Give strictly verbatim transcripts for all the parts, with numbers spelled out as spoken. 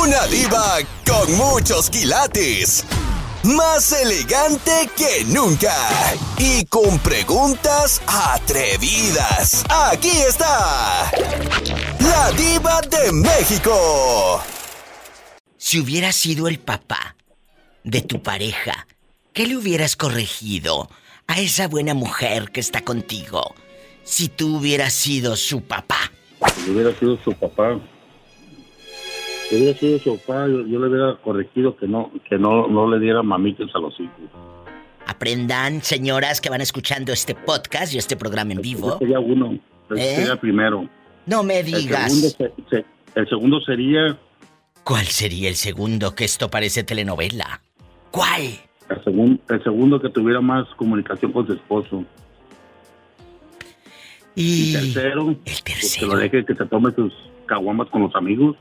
Una diva con muchos quilates. Más elegante que nunca. Y con preguntas atrevidas. Aquí está la Diva de México. Si hubieras sido el papá de tu pareja, ¿qué le hubieras corregido a esa buena mujer que está contigo? Si tú hubieras sido su papá. Si hubiera sido su papá, si hubiera sido su papá, yo, yo le hubiera corregido que no, que no, no le diera mamitas a los hijos. Aprendan, señoras que van escuchando este podcast y este programa en vivo. Ese sería uno, ese ¿Eh? sería el primero. No me digas. El segundo, se, se, el segundo sería... ¿Cuál sería el segundo? Que esto parece telenovela. ¿Cuál? El, segun, el segundo, que tuviera más comunicación con su esposo. Y, y tercero, el tercero. Pues que lo deje que se tome sus caguamas con los amigos.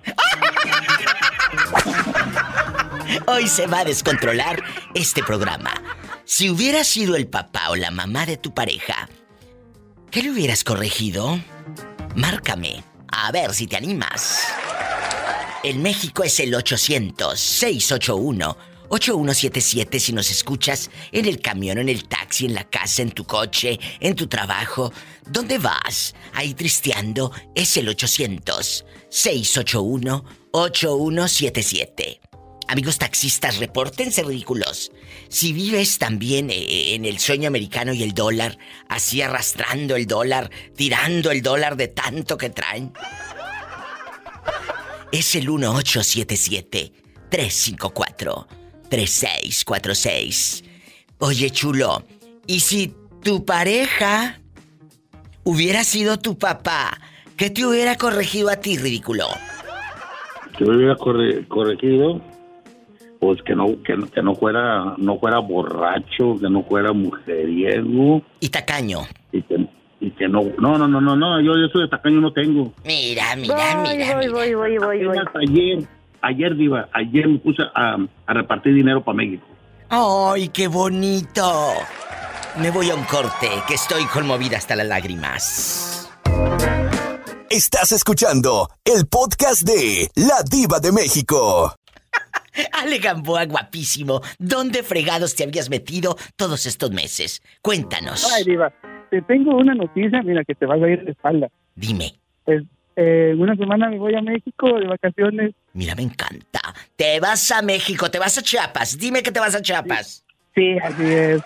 Hoy se va a descontrolar este programa. Si hubieras sido el papá o la mamá de tu pareja, ¿qué le hubieras corregido? Márcame, a ver si te animas. En México es el ochocientos, seiscientos ochenta y uno, ochenta y uno setenta y siete si nos escuchas en el camión, en el taxi, en la casa, en tu coche, en tu trabajo. ¿Dónde vas? Ahí tristeando es el ochocientos, seiscientos ochenta y uno, ochenta y uno setenta y siete. Amigos taxistas, repórtense ridículos. Si vives también en el sueño americano y el dólar, así arrastrando el dólar, tirando el dólar de tanto que traen, es el uno ocho siete siete, tres cinco cuatro, tres seis cuatro seis. Oye, chulo, ¿y si tu pareja hubiera sido tu papá, qué te hubiera corregido a ti, ridículo? Que me hubiera corre, corregido, pues que no, que, que no fuera, no fuera borracho, que no fuera mujeriego. Y tacaño. Y que, y que no, no, no, no, no, no, yo eso de tacaño no tengo. Mira, mira, voy, mira, voy, mira. voy, voy, voy, voy. Ayer, ayer, Diva, ayer me puse a, a repartir dinero para México. ¡Ay, qué bonito! Me voy a un corte, que estoy conmovida hasta las lágrimas. Estás escuchando el podcast de La Diva de México. Ale Gamboa, guapísimo. ¿Dónde fregados te habías metido todos estos meses? Cuéntanos. Ay, Diva, te tengo una noticia, mira, que te vas a ir de espalda. Dime. Pues, eh, una semana me voy a México de vacaciones. Mira, me encanta. Te vas a México, te vas a Chiapas. Dime que te vas a Chiapas. Sí, así es.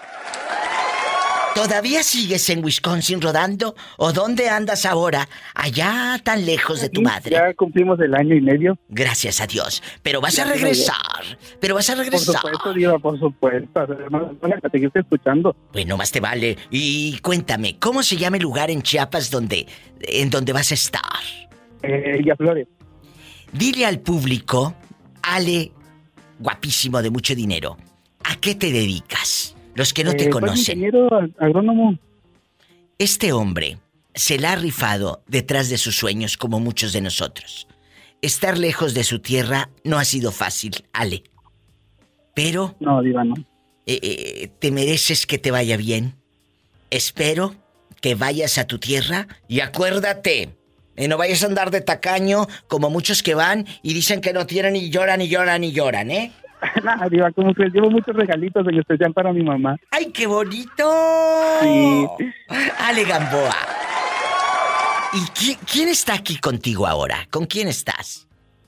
¿Todavía sigues en Wisconsin rodando? ¿O dónde andas ahora? Allá tan lejos de tu Sí, madre. ya cumplimos el año y medio. Gracias a Dios. Pero vas a Gracias a regresar. Pero vas a Por regresar. supuesto, Diva, por supuesto. Además, bueno, que te seguiste escuchando. Bueno, más te vale. Y cuéntame, ¿cómo se llama el lugar en Chiapas donde, en donde vas a estar? Eh, Villaflores. Dile al público, Ale, guapísimo de mucho dinero, ¿a qué te dedicas? Los que no te Eh, conocen. Soy ingeniero agrónomo. Este hombre se la ha rifado detrás de sus sueños como muchos de nosotros. Estar lejos de su tierra no ha sido fácil, Ale. Pero... No, Diva, no. Eh, eh, te mereces que te vaya bien. Espero que vayas a tu tierra y acuérdate, eh, no vayas a andar de tacaño como muchos que van y dicen que no tienen y lloran y lloran y lloran, ¿eh? Nada, Diva, como que llevo muchos regalitos en especial para mi mamá. ¡Ay, qué bonito! Sí. Ale Gamboa. ¿Y qui- quién está aquí contigo ahora? ¿Con quién estás?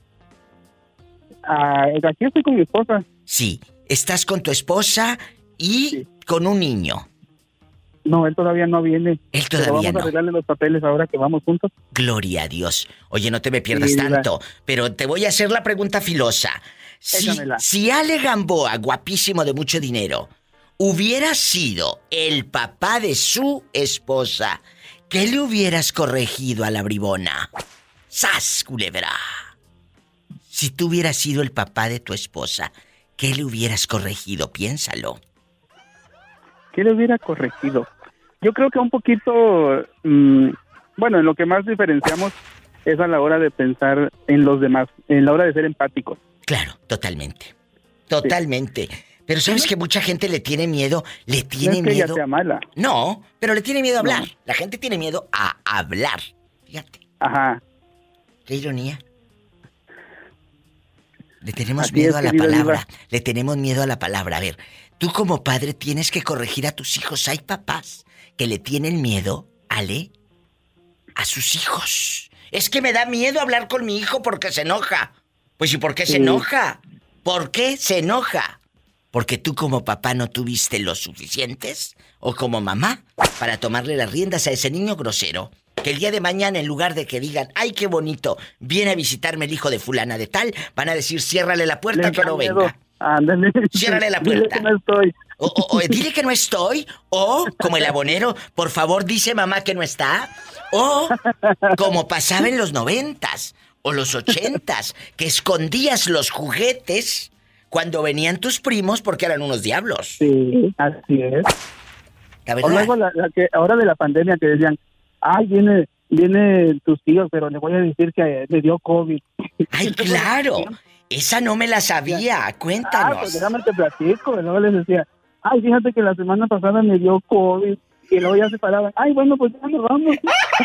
Ah, aquí estoy con mi esposa. Sí, estás con tu esposa y Sí. con un niño. No, él todavía no viene. Él Pero todavía vamos no. a arreglarle los papeles ahora que vamos juntos. Gloria a Dios. Oye, no te me pierdas Sí, Diva. tanto, pero te voy a hacer la pregunta filosa. Si, Échamela. si Ale Gamboa, guapísimo de mucho dinero, hubiera sido el papá de su esposa, ¿qué le hubieras corregido a la bribona? ¡Sas, culebra! Si tú hubieras sido el papá de tu esposa, ¿qué le hubieras corregido? Piénsalo. ¿Qué le hubiera corregido? Yo creo que un poquito, mmm, bueno, en lo que más diferenciamos es a la hora de pensar en los demás, en la hora de ser empáticos. Claro, totalmente. Totalmente. Pero sabes que mucha gente le tiene miedo, le No tiene es que miedo. ella sea mala. No, pero le tiene miedo a hablar. No. La gente tiene miedo a hablar. Fíjate, Ajá. qué ironía. Le tenemos Así miedo es, a la querida palabra. Diva. Le tenemos miedo a la palabra. A ver, tú como padre tienes que corregir a tus hijos. Hay papás que le tienen miedo, Ale, a sus hijos. Es que me da miedo hablar con mi hijo porque se enoja. Pues ¿y por qué Sí. se enoja? ¿Por qué se enoja? ¿Porque tú como papá no tuviste los suficientes? ¿O como mamá? Para tomarle las riendas a ese niño grosero. Que el día de mañana, en lugar de que digan, ¡ay, qué bonito! Viene a visitarme el hijo de fulana de tal, van a decir, ciérrale la puerta Le que da no miedo. venga. Ándale. Ciérrale la Dile puerta. que no estoy. O, o- o dile que no estoy. O, como el abonero, por favor, dice mamá que no está. O, como pasaba en los noventas o los ochentas, que escondías los juguetes cuando venían tus primos porque eran unos diablos. Sí, así es. La O verdad. luego la, la que ahora de la pandemia que decían, ay, viene, viene tus tíos, pero le voy a decir que le dio COVID. Ay, claro. Esa no me la sabía. Ah, pues Cuéntanos. déjame te platico. Y luego les decía, ay, fíjate que la semana pasada me dio COVID. Y luego ya se paraban. Ay, bueno, pues ya nos vamos.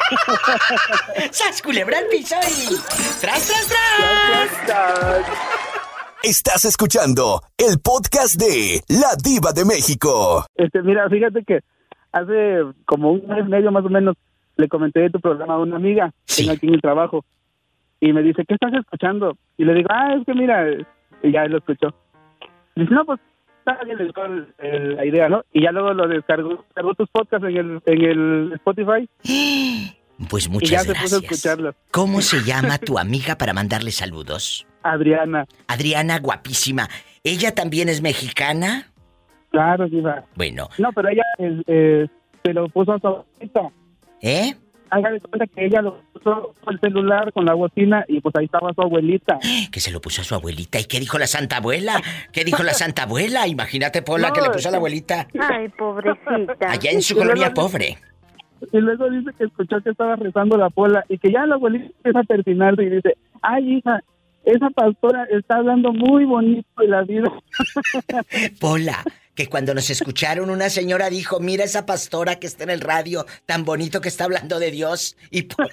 ¡Sas, culebra al piso y... ¡Tras, tras, tras! Estás escuchando el podcast de La Diva de México. Este, mira, fíjate que hace como un mes y medio más o menos le comenté de tu programa a una amiga que Sí. tengo aquí en el trabajo. Y me dice, ¿qué estás escuchando? Y le digo, ah, es que mira, y ya lo escuchó. Y dice, no, pues está bien, le gustó el- el- la idea, ¿no? Y ya luego lo descargó, descargó tus podcasts en el, en el Spotify Pues y ya muchas se puso a gracias. escucharlos. ¿Cómo se llama tu amiga para mandarle saludos? Adriana, Adriana, guapísima. ¿Ella también es mexicana? claro, Diva. Bueno, No, pero ella eh, eh, se lo puso a su abuelita. ¿eh? Haga de cuenta que ella lo puso con el celular, con la bocina, y pues ahí estaba su abuelita. Que se lo puso a su abuelita. ¿Y qué dijo la santa abuela? ¿Qué dijo la santa abuela? Imagínate, Pola, No, que le puso a es- la abuelita. Ay, pobrecita. Allá en su Y luego colonia dice- pobre. Y luego dice que escuchó que estaba rezando la Pola y que ya la abuelita empieza a persinarse y dice, ay, hija, esa pastora está hablando muy bonito de la vida. Pola, que cuando nos escucharon una señora dijo, mira esa pastora que está en el radio, tan bonito que está hablando de Dios. Y Pola,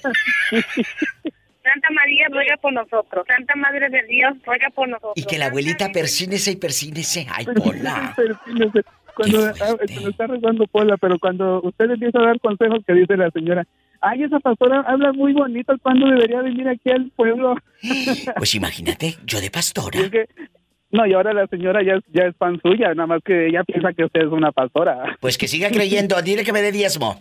Santa María, ruega por nosotros. Santa Madre de Dios, ruega por nosotros. y que la abuelita persínese y persínese. Ay, Pola. Persínese. Cuando Qué ah, fuerte. cuando está rezando Pola, pero cuando usted empieza a dar consejos que dice la señora, ay, esa pastora habla muy bonito, ¿cuándo debería venir aquí al pueblo? Pues imagínate, yo de Y pastora. es que, no, y ahora la señora ya, es- ya es fan suya, nada más que ella piensa que usted es una pastora. Pues que siga creyendo, dile que me dé diezmo.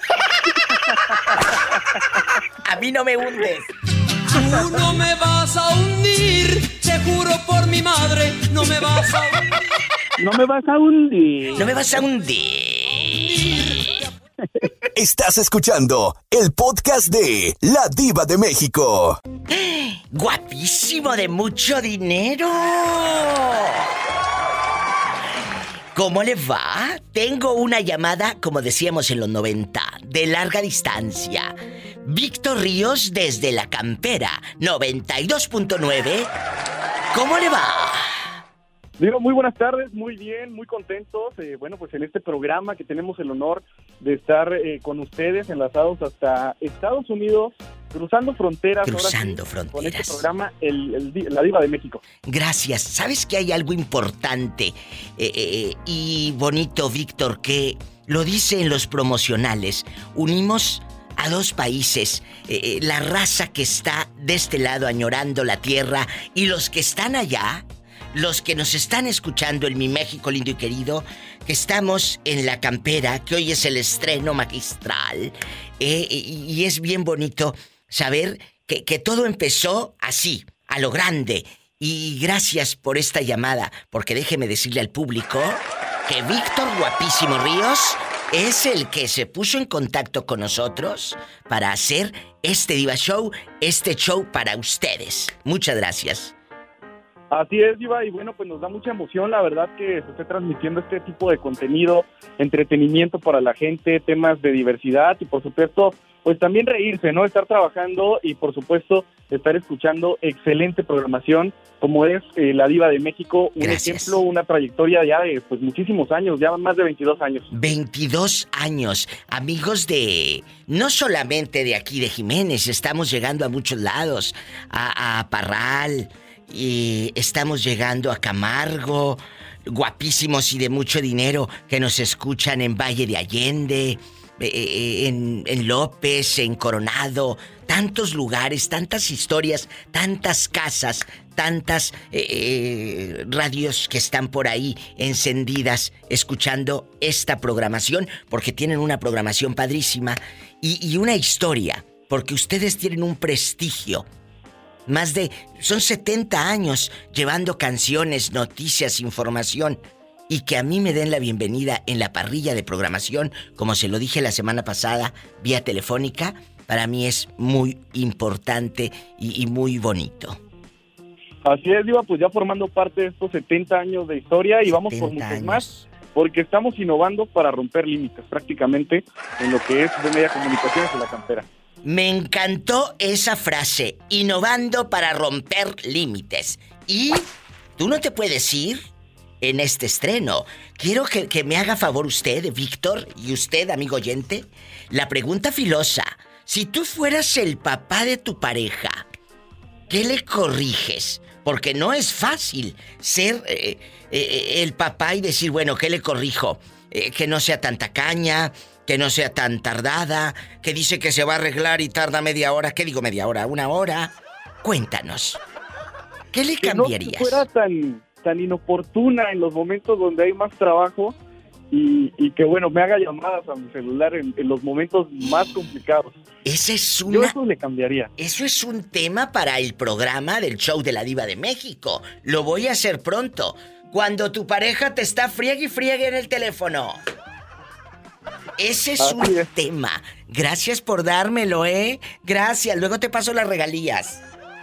A mí no me hundes. Tú no me vas a hundir, te juro por mi madre, no me vas a hundir. No me vas a hundir. No me vas a hundir. Estás escuchando el podcast de La Diva de México. Guapísimo, de mucho dinero. ¿Cómo le va? Tengo una llamada, como decíamos en los noventa, de larga distancia. Víctor Ríos desde La Campera, noventa y dos punto nueve. ¿Cómo le va? Digo, muy buenas tardes, muy bien, muy contentos. Eh, bueno, pues en este programa que tenemos el honor de estar eh, con ustedes enlazados hasta Estados Unidos, cruzando fronteras. ahora Cruzando sí, Con este fronteras. programa, el, el Di- La Diva de México. Gracias. ¿Sabes que hay algo importante eh, eh, y bonito, Víctor, que lo dice en los promocionales? Unimos a dos países, eh, eh, la raza que está de este lado añorando la tierra y los que están allá, los que nos están escuchando en mi México lindo y querido, que estamos en La Campera, que hoy es el estreno magistral, eh, y, y es bien bonito saber que, que todo empezó así, a lo grande. Y gracias por esta llamada, porque déjeme decirle al público que Víctor Guapísimo Ríos es el que se puso en contacto con nosotros para hacer este Diva Show, este show para ustedes. Muchas gracias. Así es, Diva, y bueno, pues nos da mucha emoción, la verdad, que se esté transmitiendo este tipo de contenido, entretenimiento para la gente, temas de diversidad y, por supuesto, pues también reírse, ¿no? Estar trabajando y, por supuesto, estar escuchando excelente programación como es eh, La Diva de México, un Gracias. ejemplo, una trayectoria ya de pues muchísimos años, ya más de veintidós años. veintidós años, amigos de... No solamente de aquí de Jiménez, estamos llegando a muchos lados, a, a Parral, y estamos llegando a Camargo, guapísimos y de mucho dinero que nos escuchan en Valle de Allende, en, en López, en Coronado, tantos lugares, tantas historias, tantas casas, tantas eh, eh, radios que están por ahí encendidas escuchando esta programación, porque tienen una programación padrísima y, y una historia, porque ustedes tienen un prestigio. Más de... son setenta años llevando canciones, noticias, información. Y que a mí me den la bienvenida en la parrilla de programación, como se lo dije la semana pasada, vía telefónica, para mí es muy importante y, y muy bonito. Así es, Diva, pues ya formando parte de estos setenta años de historia y vamos por muchos años más, porque estamos innovando para romper límites prácticamente en lo que es de media comunicaciones en la cantera. Me encantó esa frase, innovando para romper límites. Y tú no te puedes ir en este estreno. Quiero que, que me haga favor usted, Víctor, y usted, amigo oyente, la pregunta filosa. Si tú fueras el papá de tu pareja, ¿qué le corriges? Porque no es fácil ser eh, eh, el papá y decir, bueno, ¿qué le corrijo? Eh, que no sea tan tacaña, que no sea tan tardada, que dice que se va a arreglar y tarda media hora. ¿Qué digo media hora? ¿Una hora? Cuéntanos. ¿Qué le que cambiarías? No fuera tan, tan inoportuna en los momentos donde hay más trabajo y, y que, bueno, me haga llamadas a mi celular en, en los momentos más complicados. Ese es una... Yo eso le cambiaría. Eso es un tema para el programa del show de la Diva de México. Lo voy a hacer pronto. Cuando tu pareja te está friegue y friegue en el teléfono. Ese es un es. tema. Gracias por dármelo, ¿eh? Gracias. Luego te paso las regalías.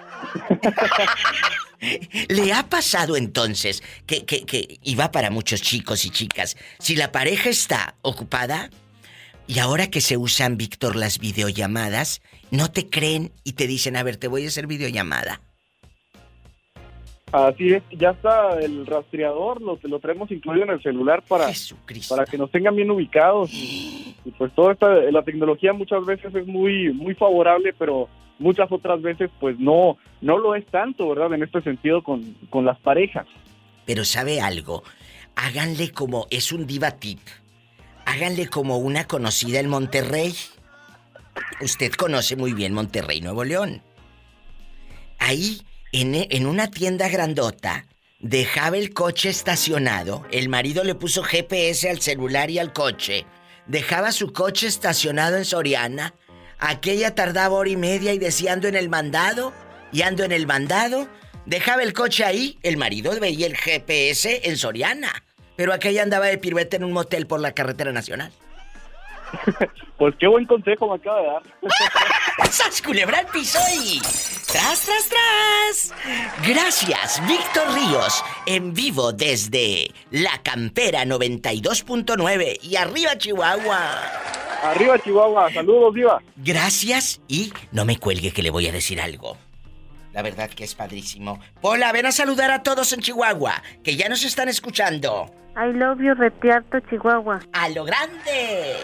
¿Le ha pasado entonces que, que, que, y va para muchos chicos y chicas, si la pareja está ocupada y ahora que se usan, Víctor, las videollamadas, no te creen y te dicen, a ver, te voy a hacer videollamada? Así es, ya está el rastreador, lo, lo traemos incluido en el celular para, para que nos tengan bien ubicados. Y, y pues toda esta, la tecnología muchas veces es muy, muy favorable, pero muchas otras veces pues no, no lo es tanto, ¿verdad? En este sentido con, con las parejas. Pero ¿sabe algo? Háganle como, es un diva tip, háganle como una conocida en Monterrey. Usted conoce muy bien Monterrey, Nuevo León. Ahí... En, en una tienda grandota, dejaba el coche estacionado, el marido le puso G P S al celular y al coche, dejaba su coche estacionado en Soriana, aquella tardaba hora y media y decía ando en el mandado, y ando en el mandado, dejaba el coche ahí, el marido veía el G P S en Soriana, pero aquella andaba de pirueta en un motel por la carretera nacional. Pues qué buen consejo me acaba de dar. ¡Sas, culebra al piso y... ¡Tras, tras, tras! Gracias, Víctor Ríos, en vivo desde La Campera noventa y dos punto nueve y arriba Chihuahua. Arriba Chihuahua, saludos, Diva. Gracias y no me cuelgue que le voy a decir algo. La verdad que es padrísimo. Pola, ven a saludar a todos en Chihuahua, que ya nos están escuchando. I love you, Retiarto, Chihuahua. ¡A lo grande!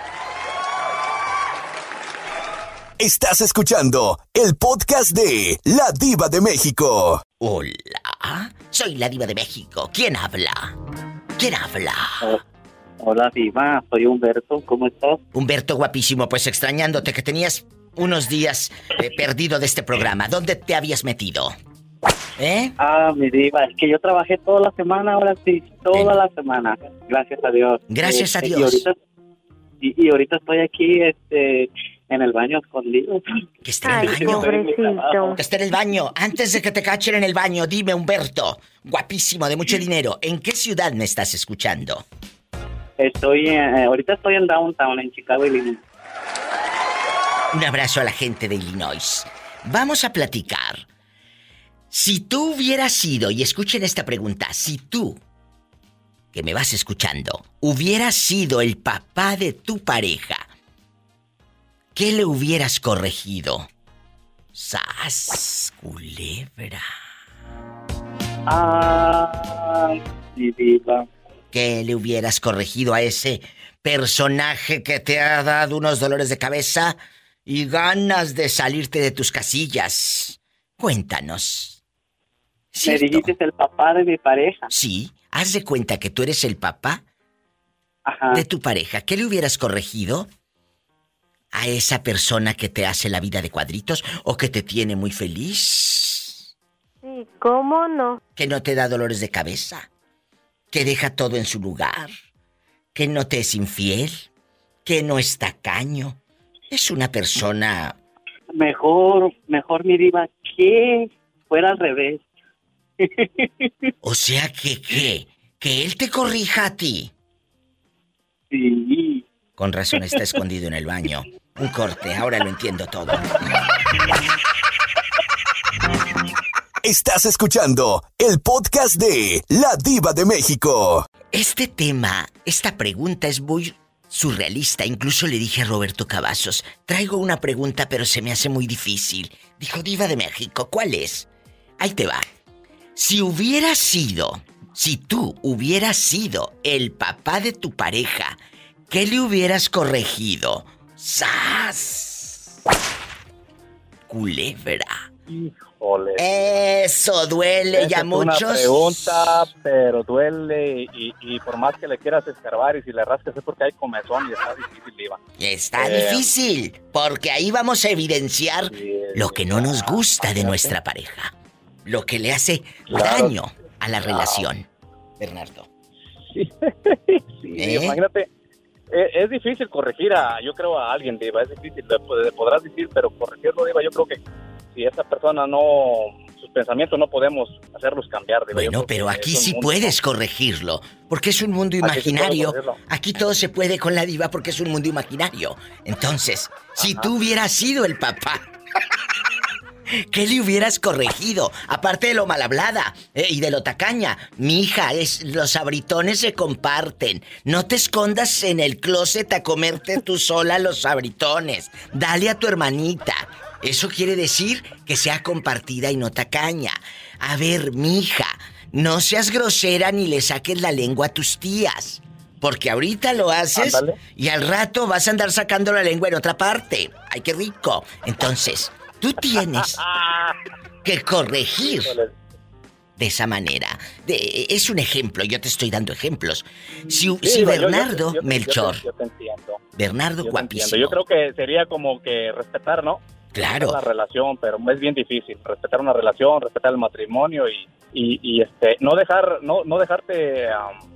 Estás escuchando el podcast de La Diva de México. Hola, soy La Diva de México. ¿Quién habla? ¿Quién habla? Oh, hola, Diva, soy Humberto. ¿Cómo estás? Humberto, guapísimo, pues extrañándote que tenías unos días eh, perdido de este programa. ¿Dónde te habías metido? ¿Eh? Ah, mi Diva, es que yo trabajé toda la semana, ahora sí, toda ¿Eh? la semana. Gracias a Dios. Gracias eh, a Dios. Y ahorita, y, y ahorita estoy aquí, este... en el baño escondido. Que esté en el Ay, baño. Pobrecito. Que esté en el baño. Antes de que te cachen en el baño, dime, Humberto, guapísimo, de mucho dinero, ¿en qué ciudad me estás escuchando? Estoy, eh, ahorita estoy en Downtown, en Chicago, Illinois. Un abrazo a la gente de Illinois. Vamos a platicar. Si tú hubieras sido, y escuchen esta pregunta, si tú, que me vas escuchando, hubieras sido el papá de tu pareja, ¿qué le hubieras corregido? ¡Sas, culebra! Ah, mi Diva. ¿Qué le hubieras corregido a ese personaje que te ha dado unos dolores de cabeza y ganas de salirte de tus casillas? Cuéntanos. ¿Cierto? Me dijiste el papá de mi pareja. Sí, haz de cuenta que tú eres el papá Ajá. de tu pareja. ¿Qué le hubieras corregido a esa persona que te hace la vida de cuadritos o que te tiene muy feliz? Sí, ¿cómo no? Que no te da dolores de cabeza, que deja todo en su lugar, que no te es infiel, que no es tacaño. Es una persona... Mejor, mejor mi diva, que fuera al revés. O sea que, ¿qué? Que él te corrija a ti. Sí. Con razón está escondido en el baño. Un corte, ahora lo entiendo todo. Estás escuchando el podcast de La Diva de México. Este tema, esta pregunta es muy surrealista. Incluso le dije a Roberto Cavazos, traigo una pregunta pero se me hace muy difícil. Dijo, Diva de México, ¿cuál es? Ahí te va. Si hubiera sido, si tú hubieras sido el papá de tu pareja, ¿qué le hubieras corregido? ¡Sas! Culebra. Híjole. Eso duele Esa ya es muchos. una pregunta, pero duele y, y por más que le quieras escarbar y si le rascas es porque hay comezón y está difícil, Diva. Está Eh, difícil, porque ahí vamos a evidenciar sí, lo que no nos gusta de nuestra pareja. Lo que le hace Claro. daño a la relación. Bernardo. Sí, sí, ¿Eh? imagínate. Es, es difícil corregir a, yo creo, a alguien, Diva. Es difícil, le, le podrás decir, pero corregirlo, Diva, yo creo que si esa persona no, sus pensamientos no podemos hacerlos cambiar, Diva. Yo Bueno, creo pero que aquí es un sí mundo- puedes corregirlo, porque es un mundo Aquí sí puedo imaginario. corregirlo. Aquí todo se puede con la diva porque es un mundo imaginario. Entonces, si tú hubieras sido el papá, ¿qué le hubieras corregido? Aparte de lo mal hablada eh, y de lo tacaña. Mi hija, es, los sabritones se comparten. No te escondas en el closet a comerte tú sola los sabritones. Dale a tu hermanita. Eso quiere decir que sea compartida y no tacaña. A ver, mi hija, no seas grosera ni le saques la lengua a tus tías. Porque ahorita lo haces Ándale. y al rato vas a andar sacando la lengua en otra parte. ¡Ay, qué rico! Entonces, tú tienes que corregir Híjole. de esa manera. De- es un ejemplo, yo te estoy dando ejemplos. Si, Sí, si Diva, yo- yo- Bernardo yo te- Melchor, Yo te, yo te entiendo. Bernardo Yo te guapísimo. entiendo. Yo creo que sería como que respetar, ¿no? Claro. La relación, pero es bien difícil respetar una relación, respetar el matrimonio y, y, y, este no dejar no no dejarte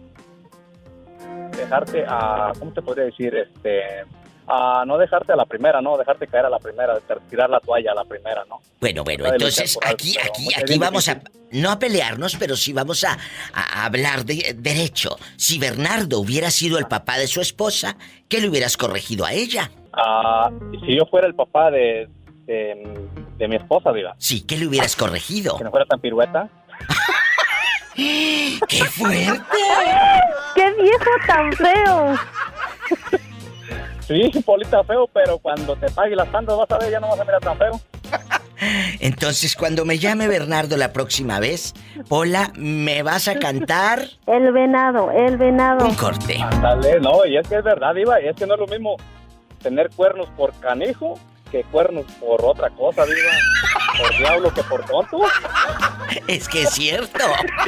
um, dejarte a ¿cómo te podría decir? Este a no dejarte a la primera, no dejarte caer a la primera, tirar la toalla a la primera, ¿no? Bueno, bueno, Tratar de entonces luchar por algo, aquí, pero aquí, es aquí bien vamos a, difícil. no a pelearnos, pero sí vamos a, a hablar de derecho. Si Bernardo hubiera sido el papá de su esposa, ¿qué le hubieras corregido a ella? Ah, si yo fuera el papá de de, de mi esposa, Diva, Sí, ¿qué le hubieras corregido? que no fuera tan pirueta. ¡Qué fuerte! ¡Qué viejo tan feo! Sí, Polita, feo, pero cuando te pague las tandas vas a ver, ya no vas a mirar tan feo. Entonces, cuando me llame Bernardo la próxima vez, Pola, ¿me vas a cantar? El venado, el venado. Un corte. Ándale, no, y es que es verdad, Diva, y es que no es lo mismo tener cuernos por canijo que cuernos por otra cosa, Diva. Por diablo que por tonto. Es que es cierto.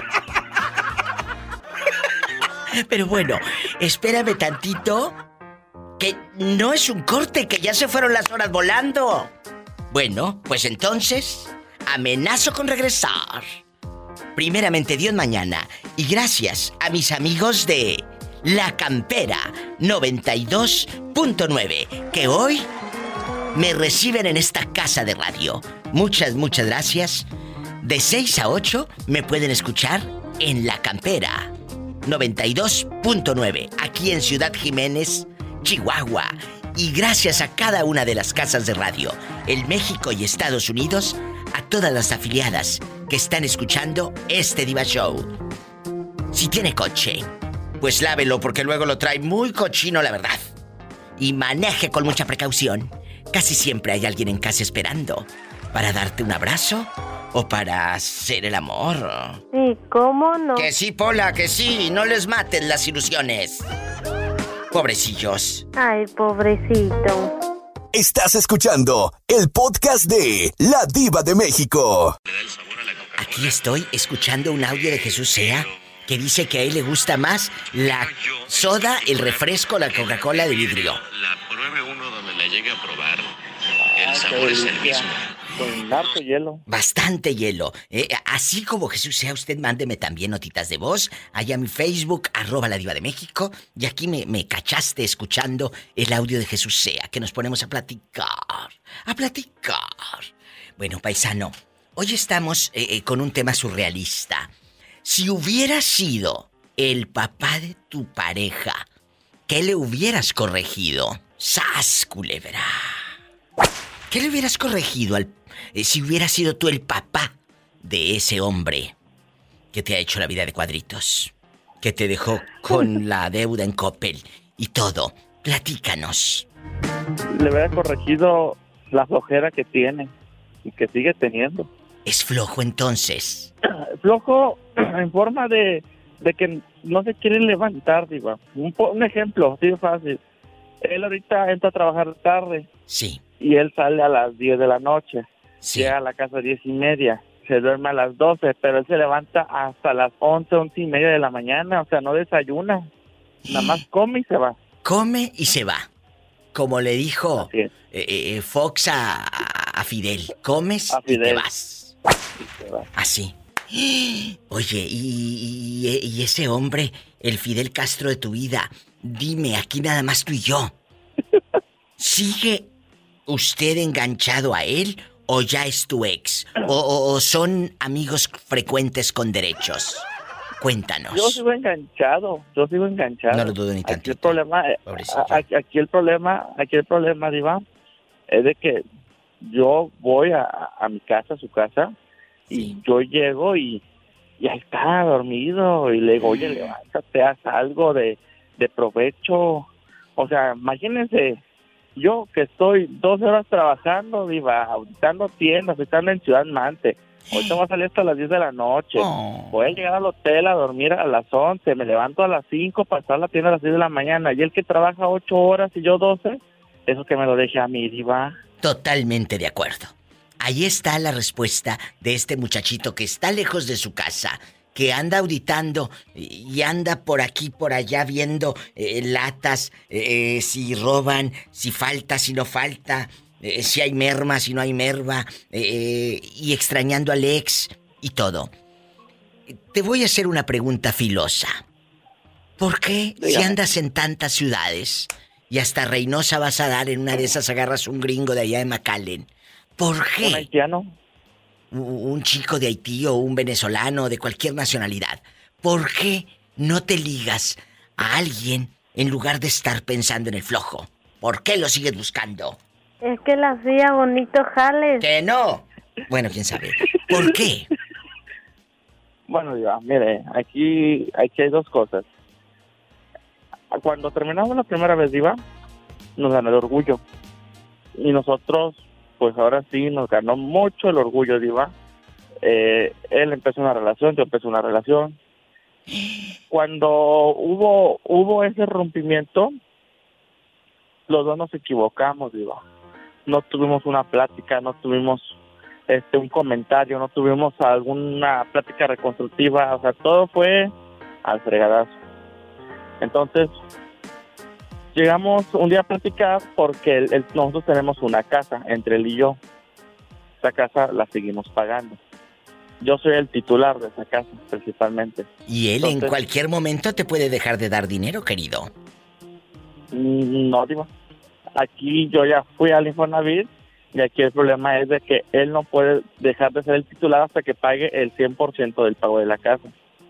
Pero bueno, espérame tantito. Que no es un corte, que ya se fueron las horas volando. Bueno, pues entonces, amenazo con regresar. Primeramente Dios mañana. Y gracias a mis amigos de La Campera noventa y dos punto nueve, que hoy me reciben en esta casa de radio. Muchas, muchas gracias. De seis a ocho me pueden escuchar en La Campera noventa y dos punto nueve, aquí en Ciudad Jiménez, Chihuahua. Y gracias a cada una de las casas de radio, en México y Estados Unidos, a todas las afiliadas que están escuchando este Diva Show. Si tiene coche, pues lávelo porque luego lo trae muy cochino, la verdad. Y maneje con mucha precaución. Casi siempre hay alguien en casa esperando para darte un abrazo o para hacer el amor. Sí, ¿cómo no? Que sí, Pola, que sí, no les maten las ilusiones. Pobrecillos. Ay, pobrecito. Estás escuchando el podcast de La Diva de México. ¿A Aquí estoy escuchando un audio de Jesús Sea que dice que a él le gusta más la soda, el refresco, la Coca-Cola de vidrio. La pruebe uno donde la llegue a probar, el sabor es el mismo. Con harto hielo. Bastante hielo. Eh, así como Jesús Sea, usted mándeme también notitas de voz allá a mi Facebook, arroba la Diva de México. Y aquí me, me cachaste escuchando el audio de Jesús Sea, que nos ponemos a platicar. A platicar. Bueno, paisano, hoy estamos eh, eh, con un tema surrealista. Si hubieras sido el papá de tu pareja, ¿qué le hubieras corregido? ¡Sas, culebra! ¿Qué le hubieras corregido al, eh, si hubieras sido tú el papá de ese hombre que te ha hecho la vida de cuadritos? Que te dejó con la deuda en Coppel y todo. Platícanos. Le hubiera corregido la flojera que tiene y que sigue teniendo. ¿Es flojo entonces? Flojo en forma de, de que no se quiere levantar, digo. Un, un ejemplo, así de fácil. Él ahorita entra a trabajar tarde. Sí. Y él sale a las diez de la noche. Sí. Llega a la casa a diez y media. Se duerme a las doce, pero él se levanta hasta las once, once y media de la mañana. O sea, no desayuna. Nada más come y se va. Come y se va. Como le dijo eh, eh, Fox a, a Fidel. Comes a Fidel. Y te vas. Y se va. Así. Oye, y, y, y ese hombre, el Fidel Castro de tu vida, dime, aquí nada más tú y yo. ¿Sigue usted enganchado a él o ya es tu ex? ¿O, o, o son amigos frecuentes con derechos? Cuéntanos. Yo sigo enganchado, yo sigo enganchado. No lo dudo ni tantito. Aquí el problema, aquí, aquí el problema, aquí el problema, Diva, es de que yo voy a, a mi casa, a su casa, sí. Y yo llego y, y ahí está dormido y le digo, oye, levántate, haz algo de, de provecho. O sea, imagínense, yo que estoy dos horas trabajando, Diva, auditando tiendas, estando en Ciudad Mante. Ahorita voy a salir hasta las diez de la noche. Oh. Voy a llegar al hotel a dormir a las once. Me levanto a las cinco para estar a la tienda a las diez de la mañana. Y el que trabaja ocho horas y yo doce, eso que me lo deje a mí, Diva. Totalmente de acuerdo. Ahí está la respuesta de este muchachito que está lejos de su casa, que anda auditando y anda por aquí, por allá viendo eh, latas, eh, si roban, si falta, si no falta, eh, si hay merma, si no hay merma, eh, y extrañando al ex y todo. Te voy a hacer una pregunta filosa. ¿Por qué, Dígame. si andas en tantas ciudades y hasta Reynosa vas a dar, en una de esas agarras un gringo de allá de McAllen? ¿Por qué? ¿Un haitiano? Un chico de Haití o un venezolano de cualquier nacionalidad. ¿Por qué no te ligas a alguien en lugar de estar pensando en el flojo? ¿Por qué lo sigues buscando? Es que le hacía bonito jales. ¡Que no! Bueno, quién sabe. ¿Por qué? Bueno, ya, mire, aquí, aquí hay dos cosas. Cuando terminamos la primera vez, Diva, nos ganó el orgullo. Y nosotros, pues ahora sí, nos ganó mucho el orgullo, Diva. Eh, él empezó una relación, yo empecé una relación. Cuando hubo hubo ese rompimiento, los dos nos equivocamos, Diva. No tuvimos una plática, no tuvimos este un comentario, no tuvimos alguna plática reconstructiva, o sea, todo fue al fregadazo. Entonces, llegamos un día a platicar porque el, el, nosotros tenemos una casa, entre él y yo. Esa casa la seguimos pagando. Yo soy el titular de esa casa, principalmente. ¿Y él Entonces, en cualquier momento te puede dejar de dar dinero, querido? No, digo. Aquí yo ya fui al Infonavit y aquí el problema es de que él no puede dejar de ser el titular hasta que pague el cien por ciento del pago de la casa.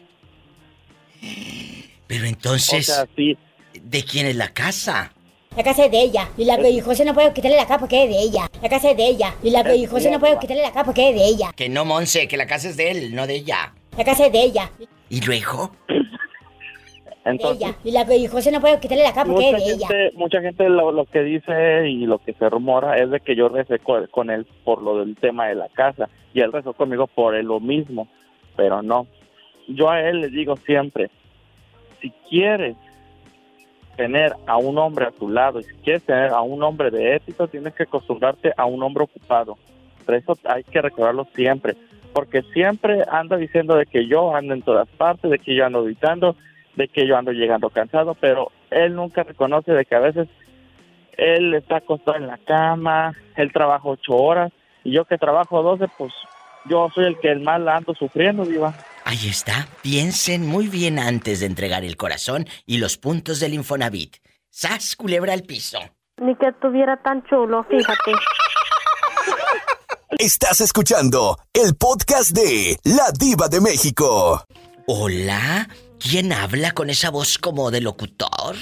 Pero entonces, o sea, sí. ¿De quién es la casa? La casa es de ella. Y la y José no puede quitarle la casa porque es de ella. La casa es de ella. Y la y José no puede quitarle la casa porque es de ella. Que no, Monse, que la casa es de él, no de ella. La casa es de ella. ¿Y luego? Entonces, ella. Y la y José no puede quitarle la casa porque es de gente, ella. Mucha gente lo, lo que dice y lo que se rumora es de que yo recé con, con él por lo del tema de la casa. Y él rezó conmigo por él lo mismo. Pero no. Yo a él le digo siempre, si quieres tener a un hombre a tu lado y si quieres tener a un hombre de éxito, tienes que acostumbrarte a un hombre ocupado. Pero eso hay que recordarlo siempre, porque siempre anda diciendo de que yo ando en todas partes, de que yo ando gritando, de que yo ando llegando cansado, pero él nunca reconoce de que a veces él está acostado en la cama, él trabaja ocho horas, y yo que trabajo doce, pues yo soy el que más la ando sufriendo, Diva. Ahí está. Piensen muy bien antes de entregar el corazón y los puntos del Infonavit. ¡Sas, culebra al piso! Ni que estuviera tan chulo, fíjate. Estás escuchando el podcast de La Diva de México. Hola, ¿quién habla con esa voz como de locutor?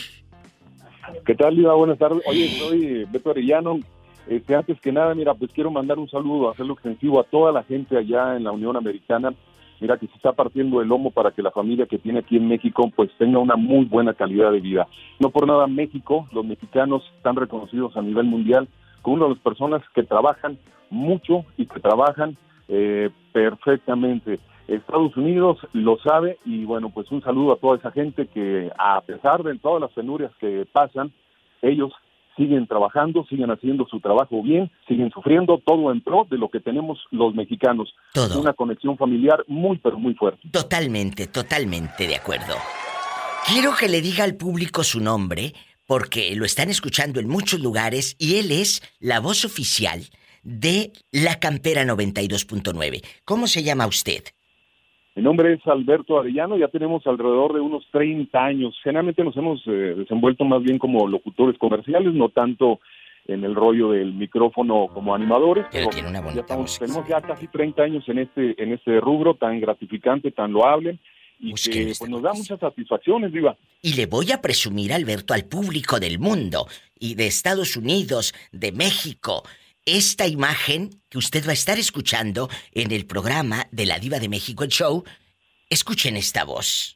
¿Qué tal, Diva? Buenas tardes. Oye, soy Beto Arellano. Este, antes que nada, mira, pues quiero mandar un saludo, hacerlo extensivo a toda la gente allá en la Unión Americana. Mira que se está partiendo el lomo para que la familia que tiene aquí en México pues tenga una muy buena calidad de vida. No por nada México, los mexicanos están reconocidos a nivel mundial como una de las personas que trabajan mucho y que trabajan eh, perfectamente. Estados Unidos lo sabe y bueno, pues un saludo a toda esa gente que a pesar de todas las penurias que pasan, ellos siguen trabajando, siguen haciendo su trabajo bien, siguen sufriendo, todo en pro de lo que tenemos los mexicanos. Todo. Una conexión familiar muy, pero muy fuerte. Totalmente, totalmente de acuerdo. Quiero que le diga al público su nombre, porque lo están escuchando en muchos lugares y él es la voz oficial de La Campera noventa y dos punto nueve. ¿Cómo se llama usted? Mi nombre es Alberto Arellano, ya tenemos alrededor de unos treinta años. Generalmente nos hemos eh, desenvuelto más bien como locutores comerciales, no tanto en el rollo del micrófono como animadores. Pero, pero tiene una bonita ya estamos, voz. tenemos ya casi treinta años en este en este rubro tan gratificante, tan loable, y que pues, nos da muchas satisfacciones, Diva. Y le voy a presumir, Alberto, al público del mundo y de Estados Unidos, de México, esta imagen que usted va a estar escuchando en el programa de La Diva de México, el show. Escuchen esta voz.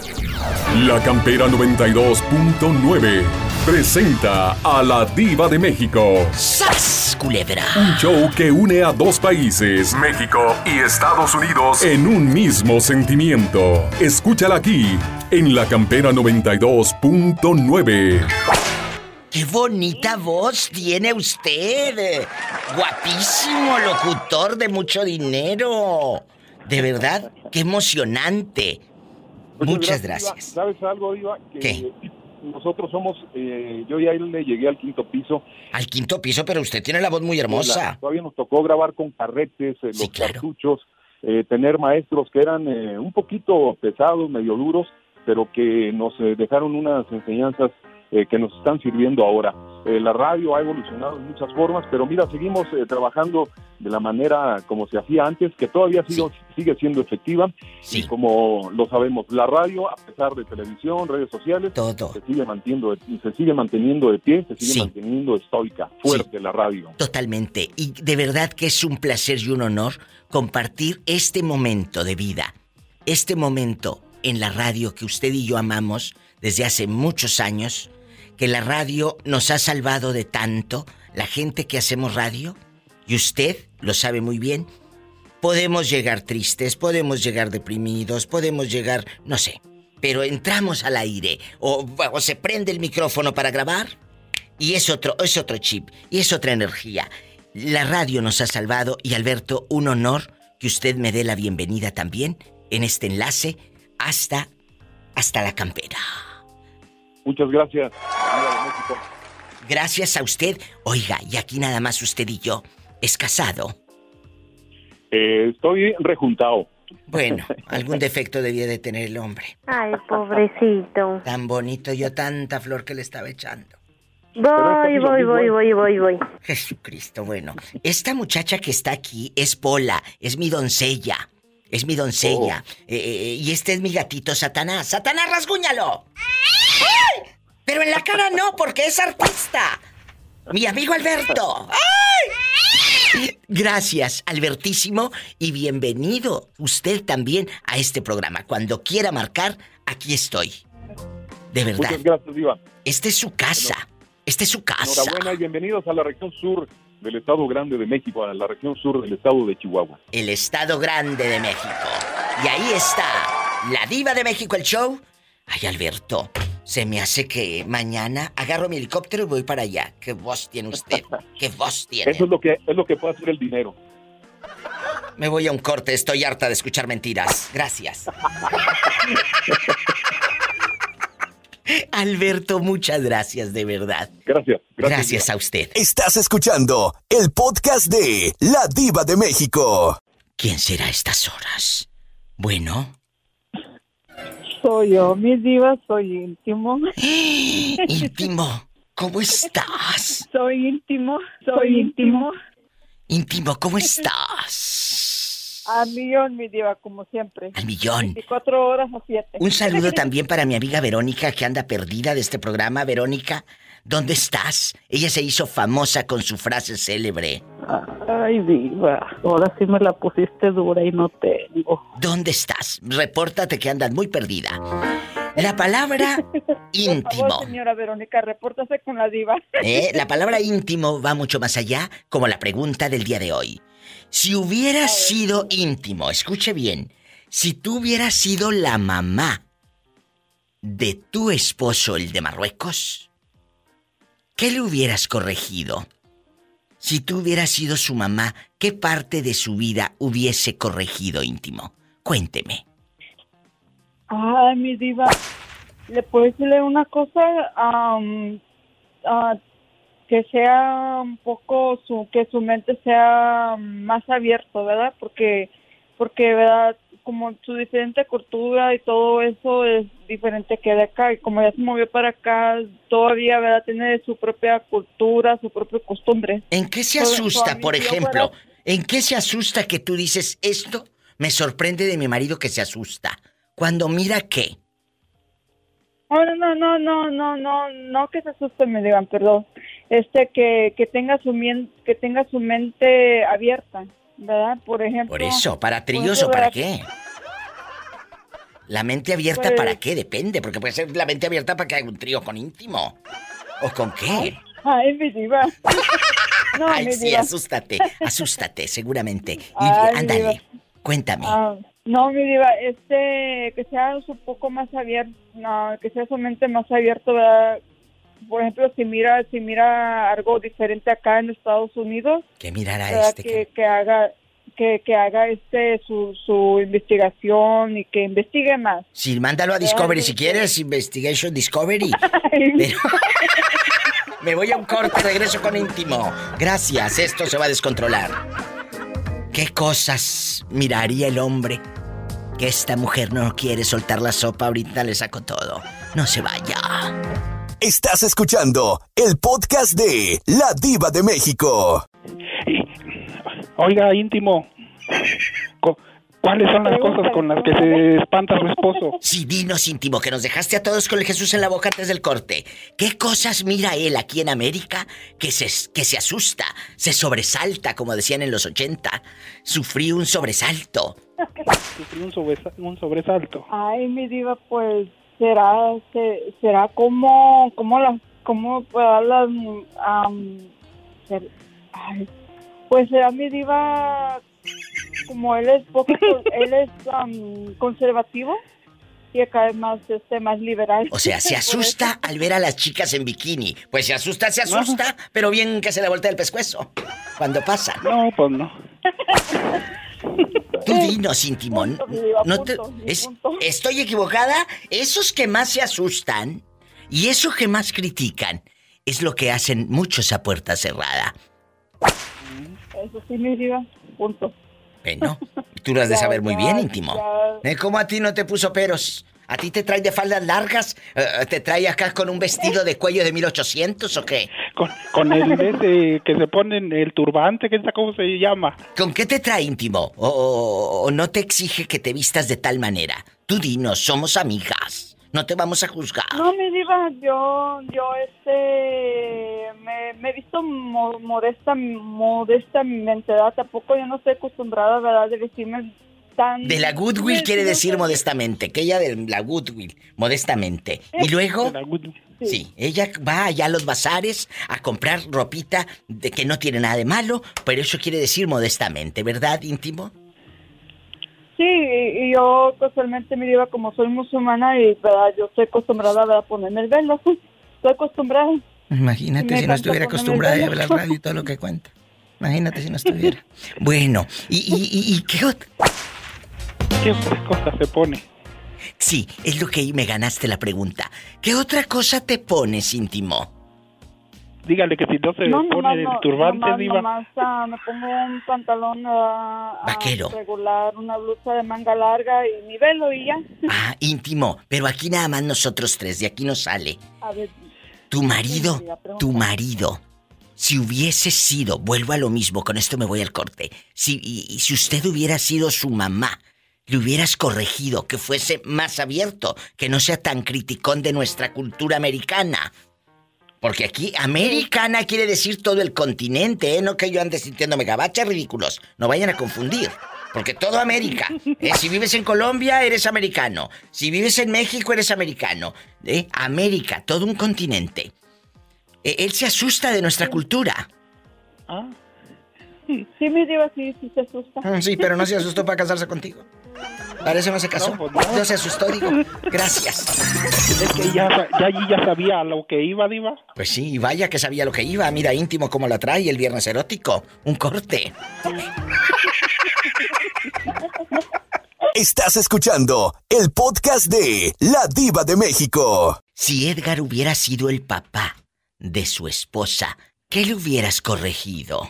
La Campera noventa y dos punto nueve presenta a La Diva de México. ¡Sas, culebra! Un show que une a dos países, México y Estados Unidos, en un mismo sentimiento. Escúchala aquí, en La Campera noventa y dos punto nueve. ¡Qué bonita voz tiene usted! ¡Guapísimo locutor de mucho dinero! De verdad, qué emocionante. Muchas, Muchas gracias. gracias. ¿Sabes algo, Diva? Que ¿Qué? Nosotros somos, eh, yo ya le llegué al quinto piso. Al quinto piso, pero usted tiene la voz muy hermosa. La, todavía nos tocó grabar con carretes, eh, sí, los claro. cartuchos, eh, tener maestros que eran eh, un poquito pesados, medio duros, pero que nos eh, dejaron unas enseñanzas eh, que nos están sirviendo ahora. Eh, la radio ha evolucionado en muchas formas, pero mira, seguimos eh, trabajando de la manera como se hacía antes, que todavía sigue, sí. sigue siendo efectiva. Sí. Y como lo sabemos, la radio, a pesar de televisión, redes sociales, Todo. se sigue manteniendo, se sigue manteniendo de pie, se sigue sí. manteniendo estoica, fuerte sí. la radio. Totalmente. Y de verdad que es un placer y un honor compartir este momento de vida, este momento en la radio que usted y yo amamos desde hace muchos años, que la radio nos ha salvado de tanto, la gente que hacemos radio, y usted lo sabe muy bien. Podemos llegar tristes, podemos llegar deprimidos, podemos llegar, no sé, pero entramos al aire o, o se prende el micrófono para grabar y es otro, es otro chip y es otra energía. La radio nos ha salvado y Alberto, un honor que usted me dé la bienvenida también en este enlace hasta, hasta La Campera. Muchas gracias. Gracias a usted. Oiga, y aquí nada más usted y yo. ¿Es casado? Eh, estoy rejuntado. Bueno, algún defecto debía de tener el hombre. Ay, pobrecito. Tan bonito, yo tanta flor que le estaba echando. Voy, voy, voy, voy, voy, voy. Jesucristo, bueno. Esta muchacha que está aquí es Pola, es mi doncella. Es mi doncella. Oh. Eh, eh, y este es mi gatito Satanás. ¡Satanás, rasguñalo! ¡Ay! Pero en la cara no, porque es artista. Mi amigo Alberto. ¡Ay! Gracias, Albertísimo, y bienvenido usted también a este programa. Cuando quiera marcar, aquí estoy. De verdad. Muchas gracias, Diva. Esta es su casa. Bueno, esta es su casa. Enhorabuena y bienvenidos a la región sur del Estado Grande de México, a la región sur del Estado de Chihuahua. El Estado Grande de México. Y ahí está, La Diva de México, el show. Ay, Alberto, se me hace que mañana agarro mi helicóptero y voy para allá. ¿Qué voz tiene usted? ¿Qué voz tiene? Eso es lo que, es lo que puede hacer el dinero. Me voy a un corte, estoy harta de escuchar mentiras. Gracias. Alberto, muchas gracias, de verdad. Gracias. Gracias, gracias a usted. Estás escuchando el podcast de La Diva de México. ¿Quién será a estas horas? Bueno. Soy yo, mi diva, soy íntimo. Íntimo, ¿cómo estás? Soy íntimo, soy íntimo. Íntimo, ¿cómo estás? A millón, mi diva, como siempre. Al millón. veinticuatro horas a siete. Un saludo también para mi amiga Verónica, que anda perdida de este programa. Verónica, ¿dónde estás? Ella se hizo famosa con su frase célebre. Ay, diva, ahora sí me la pusiste dura y no tengo. ¿Dónde estás? Repórtate que andas muy perdida. La palabra íntimo. Por favor, señora Verónica, repórtase con la diva. ¿Eh? La palabra íntimo va mucho más allá, como la pregunta del día de hoy. Si hubieras sido íntimo, escuche bien, si tú hubieras sido la mamá de tu esposo, el de Marruecos, ¿qué le hubieras corregido? Si tú hubieras sido su mamá, ¿qué parte de su vida hubiese corregido, íntimo? Cuénteme. Ay, mi diva, ¿le puedo decirle una cosa? Um, uh, que sea un poco, su, que su mente sea más abierto, ¿verdad? Porque, porque, ¿verdad? Como su diferente cultura y todo eso es diferente que de acá. Y como ya se movió para acá, todavía, ¿verdad? Tiene su propia cultura, su propia costumbre. ¿En qué se asusta, por ejemplo? ¿En qué se asusta que tú dices, esto me sorprende de mi marido que se asusta? Cuando mira qué. Oh, no, no, no, no, no, no, no que se asuste, me digan, perdón. Este, que, que tenga su mien, que tenga su mente abierta, ¿verdad? Por ejemplo. Por eso, ¿para tríos o para qué? La mente abierta, pues, ¿para qué? Depende, porque puede ser la mente abierta para que haga un trío con íntimo. ¿O con qué? Ay, mi diva. No, Ay, mi sí, diva. asústate, asústate, seguramente. Y Ay, ándale, cuéntame. Ah, no, mi diva, este, que sea un poco más abierto, no, que sea su mente más abierto, ¿verdad? Por ejemplo, si mira, si mira algo diferente acá en Estados Unidos, que mirara ¿verdad? este, que, que... que haga, que, que haga este su, su investigación y que investigue más. Sí, mándalo a Discovery si quieres, Investigation Discovery. Pero... Me voy a un corte, regreso con íntimo. Gracias, esto se va a descontrolar. ¿Qué cosas miraría el hombre? Que esta mujer no quiere soltar la sopa, ahorita le saco todo. No se vaya. Estás escuchando el podcast de La Diva de México. Oiga, íntimo, ¿cuáles son las cosas con las que se espanta su esposo? Sí, dinos, íntimo, que nos dejaste a todos con el Jesús en la boca antes del corte. ¿Qué cosas mira él aquí en América que se, que se asusta, se sobresalta, como decían en los ochenta? Sufrí un sobresalto. Sufrí un, sobresa- un sobresalto. Ay, mi diva, pues, será, se, será como, como las, como, pues, las, um, ser, ay, pues será mi diva... Como él es poco, él es um, conservativo y acá es más, este, más liberal. O sea, se asusta al ver a las chicas en bikini. Pues se asusta, se asusta, no. Pero bien que se le voltea el pescuezo cuando pasa. No, pues no. Tú dinos, íntimo. Punto, no punto, te, es, ¿Estoy equivocada? Esos que más se asustan y esos que más critican es lo que hacen muchos a puerta cerrada. Eso sí, mi diva. Punto. Bueno, tú lo has de saber muy bien, íntimo. ¿Eh? ¿Cómo a ti no te puso peros? ¿A ti te trae de faldas largas? Uh, ¿Te trae acá con un vestido de cuello de mil ochocientos o qué? Con, con el ese que se ponen el turbante, que es cómo se llama. ¿Con qué te trae, íntimo? ¿O, o, o no te exige que te vistas de tal manera? Tú dinos, somos amigas. No te vamos a juzgar. No, mi diva, yo, yo, este, me, me he visto mo, modesta, modestamente, ¿verdad? Tampoco yo no estoy acostumbrada, ¿verdad?, de vestirme tan... De la Goodwill de, quiere decir modestamente, que ella de la Goodwill, modestamente. Y luego, sí. sí, ella va allá a los bazares a comprar ropita de que no tiene nada de malo, pero eso quiere decir modestamente, ¿verdad, íntimo? Sí, y, y yo casualmente me diva, como soy musulmana y verdad, yo estoy acostumbrada a ponerme el velo, estoy acostumbrada. Imagínate si no estuviera acostumbrada a ver la radio y todo lo que cuenta. Imagínate si no estuviera. Bueno, ¿y, y, y, y qué otra? ¿Qué otra cosa se pone? Sí, es lo que me ganaste la pregunta. ¿Qué otra cosa te pones, íntimo? Dígale que si no se No, pone nomás, el no, turbante, nomás, diva. nomás, ah, me pongo un pantalón ah, ah, Vaquero. regular, una blusa de manga larga y mi velo y ya. Ah, íntimo, pero aquí nada más nosotros tres, de aquí no sale. A ver, Tu marido, sí, la pregunta. tu marido, si hubiese sido, vuelvo a lo mismo, con esto me voy al corte, si, y, y si usted hubiera sido su mamá, le hubieras corregido, que fuese más abierto, que no sea tan criticón de nuestra cultura americana. Porque aquí, americana quiere decir todo el continente, ¿eh? No que yo ande sintiéndome gabacha, ridículos. No vayan a confundir. Porque todo América. ¿eh? Si vives en Colombia, eres americano. Si vives en México, eres americano. ¿eh? América, todo un continente. Eh, él se asusta de nuestra cultura. Ah. Sí, mi diva, sí, sí se asusta. Mm, sí, pero no se asustó para casarse contigo. Para eso no se casó. No, pues no. no se asustó, digo. Gracias. Es que ya, ya allí ya sabía a lo que iba, diva. Pues sí, vaya que sabía lo que iba. Mira, íntimo como la trae el viernes erótico. Un corte. Estás escuchando el podcast de La Diva de México. Si Edgar hubiera sido el papá de su esposa, ¿qué le hubieras corregido?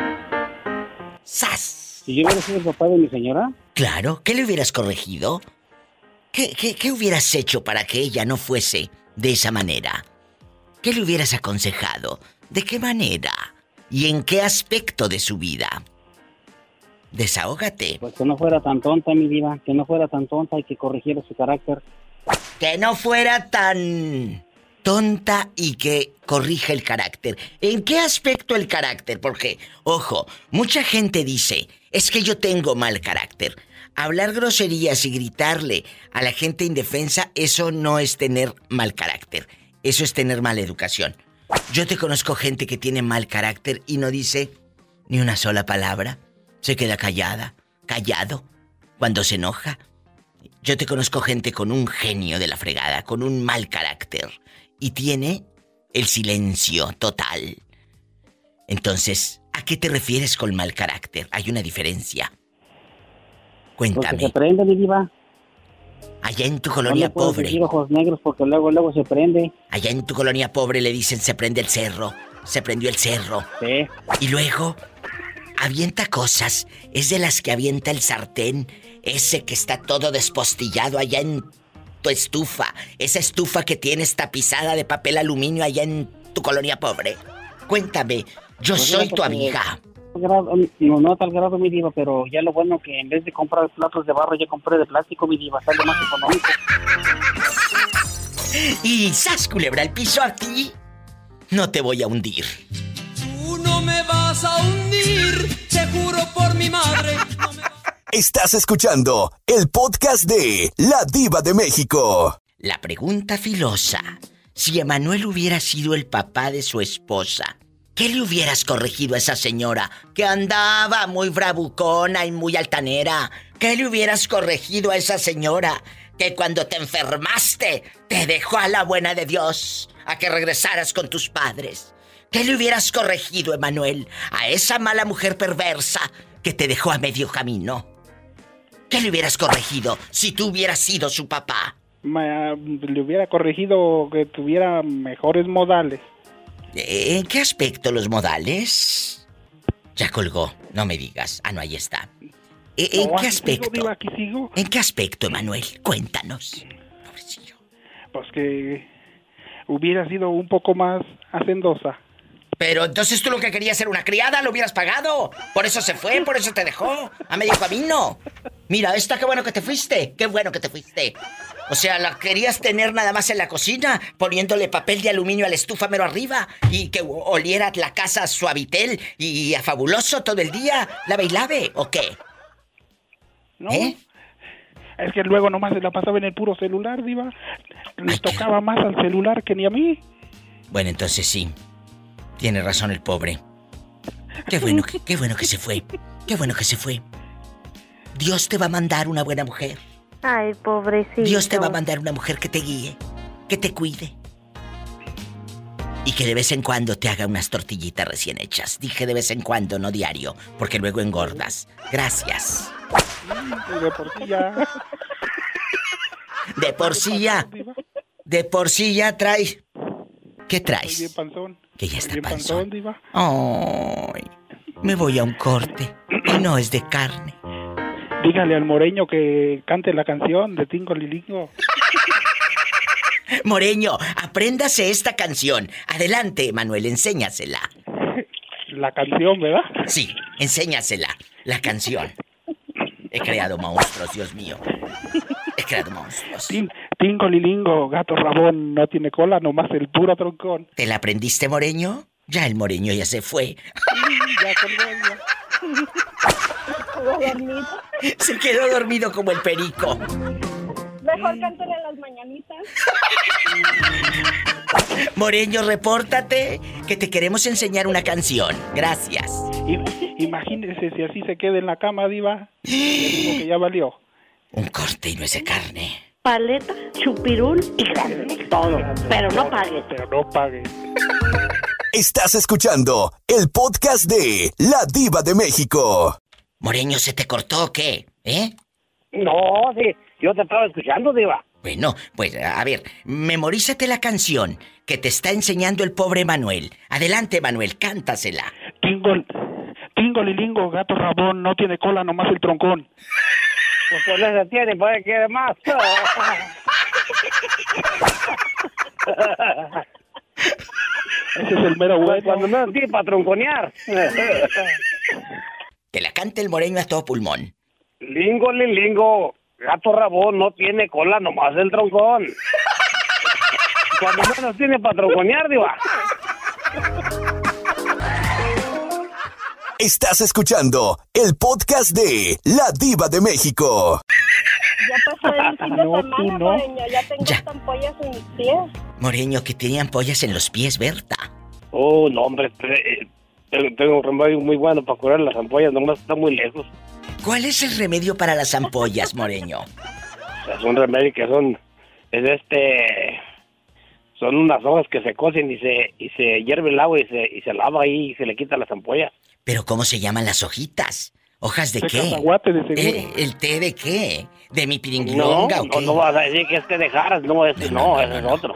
¡Sas! Si yo hubiera sido el papá de mi señora. Claro, ¿qué le hubieras corregido? ¿Qué, qué, qué hubieras hecho para que ella no fuese de esa manera? ¿Qué le hubieras aconsejado? ¿De qué manera? ¿Y en qué aspecto de su vida? Desahógate. Pues que no fuera tan tonta, mi diva, que no fuera tan tonta y que corrigiera su carácter. Que no fuera tan tonta y que corrija el carácter. ¿En qué aspecto el carácter? Porque, ojo, mucha gente dice, es que yo tengo mal carácter. Hablar groserías y gritarle a la gente indefensa, eso no es tener mal carácter. Eso es tener mala educación. Yo te conozco gente que tiene mal carácter y no dice ni una sola palabra. Se queda callada, callado, cuando se enoja. Yo te conozco gente con un genio de la fregada, con un mal carácter. Y tiene el silencio total. Entonces, ¿a qué te refieres con mal carácter? Hay una diferencia. Cuéntame. Porque se prende, mi diva. Allá en tu colonia no pobre. No ojos negros porque luego, luego se prende. Allá en tu colonia pobre le dicen se prende el cerro. Se prendió el cerro. Sí. Y luego avienta cosas. Es de las que avienta el sartén. Ese que está todo despostillado allá en tu estufa. Esa estufa que tienes tapizada de papel aluminio allá en tu colonia pobre. Cuéntame, yo pues soy tu amiga. No, no a tal grado, mi diva, pero ya lo bueno que en vez de comprar platos de barro, ya compré de plástico, mi diva, sale más económico. Y sas, culebra, el piso a ti. No te voy a hundir. Tú no me vas a hundir, te juro por mi madre. No me... Estás escuchando el podcast de La Diva de México. La pregunta filosa. Si Emanuel hubiera sido el papá de su esposa, ¿qué le hubieras corregido a esa señora que andaba muy bravucona y muy altanera? ¿Qué le hubieras corregido a esa señora que cuando te enfermaste te dejó a la buena de Dios a que regresaras con tus padres? ¿Qué le hubieras corregido, Emanuel, a esa mala mujer perversa que te dejó a medio camino? ¿Qué le hubieras corregido si tú hubieras sido su papá? Me, le hubiera corregido que tuviera mejores modales. ¿En qué aspecto los modales? Ya colgó, no me digas. Ah, no, ahí está. ¿En no, qué aspecto? Sigo, diva, aquí sigo. ¿En qué aspecto, Emanuel? Cuéntanos. Pobrecillo. Pues que hubiera sido un poco más hacendosa. Pero entonces tú lo que querías era una criada, lo hubieras pagado. Por eso se fue, por eso te dejó a medio camino. Mira, esta, qué bueno que te fuiste. Qué bueno que te fuiste. O sea, la querías tener nada más en la cocina, poniéndole papel de aluminio a la estufa mero arriba y que oliera la casa a suavitel y a fabuloso todo el día. ¿Lave y lave o qué? No. ¿Eh? Es que luego nomás se la pasaba en el puro celular, diva. Le tocaba más al celular que ni a mí. Bueno, entonces sí. Tiene razón el pobre. Qué bueno que, qué bueno que se fue. Qué bueno que se fue. Dios te va a mandar una buena mujer. Ay, pobrecito. Dios te va a mandar una mujer que te guíe, que te cuide. Y que de vez en cuando te haga unas tortillitas recién hechas. Dije de vez en cuando, no diario, porque luego engordas. Gracias. De por sí ya. De por sí ya. De por sí ya trae. ¿Qué traes? Bien panzón. Que ya está bien panzón. panzón, diva. Ay, me voy a un corte y no es de carne. Dígale al Moreño que cante la canción de Tingo Lilingo. Moreño, apréndase esta canción. Adelante, Manuel, enséñasela. La canción, ¿verdad? Sí, enséñasela. La canción. He creado monstruos, Dios mío. He creado monstruos. Tin, tingo Lilingo, gato rabón, no tiene cola, nomás el puro troncón. ¿Te la aprendiste, Moreño? Ya el Moreño ya se fue. Ya colgó, ya. ¿Quedó dormido? Se quedó dormido como el perico. Mejor cántale las mañanitas. Moreño, repórtate, que te queremos enseñar una canción. Gracias. I, imagínese si así se queda en la cama, diva. Digo que ya valió. Un corte y no es de carne. Paleta, chupirul y grande. Todo. Pero no pagues. Pero no pagues. Estás escuchando el podcast de La Diva de México. Moreño, ¿se te cortó o qué? ¿Eh? No, sí, yo te estaba escuchando, diva. Bueno, pues a ver, memorízate la canción que te está enseñando el pobre Manuel. Adelante, Manuel, cántasela. Tingo, tingo Lilingo, gato rabón, no tiene cola, nomás el troncón. Pues con esa tiene, puede que más. Ese es el mero bueno. Cuando no tiene para tronconear. Que la cante el Moreño a todo pulmón. Lingo, lilingo, gato rabón, no tiene cola, nomás el troncón. Cuando menos tiene para tronconear, diva. Estás escuchando el podcast de La Diva de México. Ya pasó el fin de No, semana, tú no. Moreño. Ya tengo Ya. ampollas en mis pies. Moreño, que tenía ampollas en los pies, Berta. Oh, no, hombre, eh, tengo, tengo un remedio muy bueno para curar las ampollas, nomás está muy lejos. ¿Cuál es el remedio para las ampollas, Moreño? O sea, es un remedio que son, es este, son unas hojas que se cocen y se y se hierve el agua y se y se lava ahí y se le quitan las ampollas. ¿Pero cómo se llaman las hojitas? ¿Hojas de De qué? cacahuate, de seguro. Eh, ¿El té de qué? ¿De mi No, piringuilonga o no, qué? no vas a decir que este de Jaras, no, ese no, ese es otro.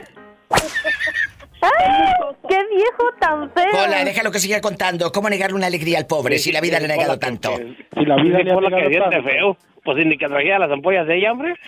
¡Ay! ¡Qué viejo tan feo! Hola, déjalo que siga contando. ¿Cómo negarle una alegría al pobre si la vida le ha negado tanto? Si la vida Dice le ha por la que negado siente tanto. feo, pues ni que trajera las ampollas de ella, hombre.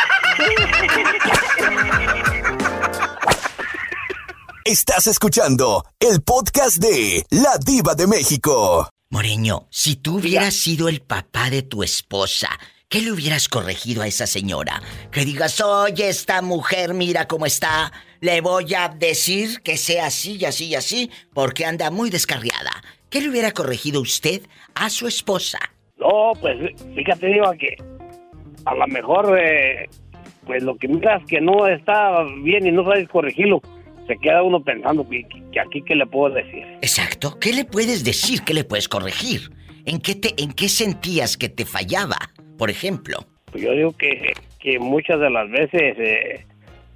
Estás escuchando el podcast de La Diva de México. Moreño, si tú hubieras sido el papá de tu esposa, ¿qué le hubieras corregido a esa señora? Que digas, oye, esta mujer, mira cómo está, le voy a decir que sea así y así y así, porque anda muy descarriada. ¿Qué le hubiera corregido usted a su esposa? No, pues fíjate, digo que a lo mejor, eh, pues lo que miras que no está bien y no sabes corregirlo, se queda uno pensando que, que, que aquí qué le puedo decir. Exacto. ¿Qué le puedes decir? ¿Qué le puedes corregir? ¿En qué te, en qué sentías que te fallaba, por ejemplo? Pues yo digo que, que muchas de las veces eh,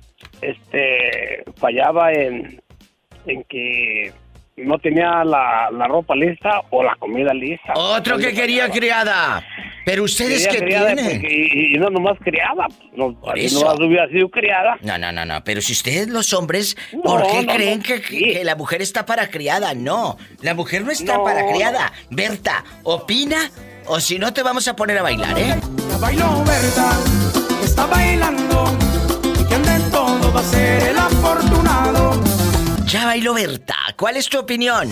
este fallaba en, en que no tenía la, la ropa lista o la comida lista. Otro que quería criada. Pero ustedes Quería qué criada tienen. porque- y, y no nomás criada. No, Por así eso. no hubiera sido criada. No, no, no, no. Pero si ustedes los hombres, No, ¿por qué no, creen no, que, sí. que la mujer está para criada? No, la mujer no está No, para no. criada. Berta, opina o si no te vamos a poner a bailar, ¿eh? Ya bailó Berta, está bailando, y quien de todo va a ser el afortunado. Ya bailó Berta. ¿Cuál es tu opinión?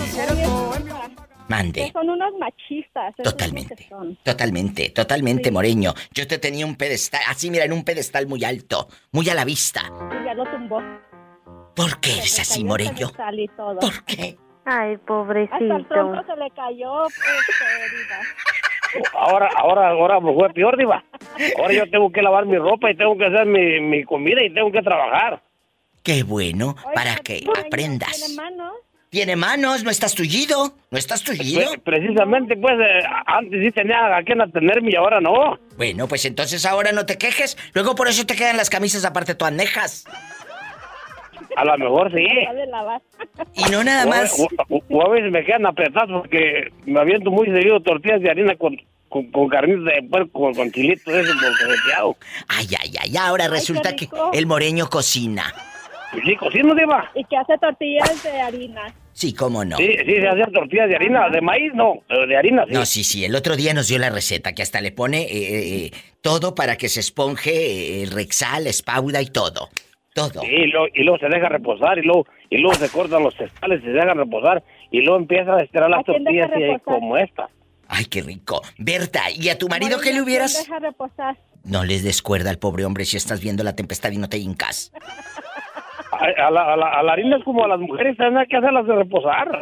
Mande. Que son unos machistas. eso es lo Totalmente. que son. Totalmente, totalmente, Sí. Moreño. Yo te tenía un pedestal, así mira, en un pedestal muy alto, muy a la vista. Y ya lo tumbó. ¿Por qué eres Se así, cayó el Moreño? pedestal y todo. ¿Por qué? Ay, Hasta el pobrecito. tronco se le cayó, pues, diva. Ahora, ahora, ahora me fue peor, diva. Ahora yo tengo que lavar mi ropa y tengo que hacer mi, mi comida y tengo que trabajar. Qué bueno, Oiga, para que Moreño, aprendas. ¿tiene manos? Tiene manos, no estás tullido, no estás tullido. Pre- precisamente, pues, eh, antes sí tenía a quien atenderme y ahora no. Bueno, pues entonces ahora no te quejes, luego por eso te quedan las camisas aparte todas nejas. A lo mejor sí. Y no nada más. O, o, o a veces me quedan apretados porque me aviento muy seguido tortillas de harina con, con, con carnitas de puerco, con, con chilitos ese volcaneteado. Ay, ay, ay, ahora resulta que el moreño cocina. Sí, cocino, diva. Y que hace tortillas de harina. Sí, cómo no. Sí, sí, se hacen tortillas de harina, de maíz no, pero de harina sí. No, sí, sí, el otro día nos dio la receta que hasta le pone eh, eh, todo para que se esponje eh, el Rexal, espauda y todo. Todo. Sí, y luego, y luego se deja reposar y luego, y luego se cortan los testales, se dejan reposar y luego empieza a estirar las tortillas y ahí como esta. Ay, qué rico. Berta, ¿y a tu marido qué le hubieras...? Deja reposar. No les descuerda al pobre hombre si estás viendo la tempestad y no te hincas. A, a, la, a, la, a la harina es como a las mujeres, tienen que hacerlas de reposar.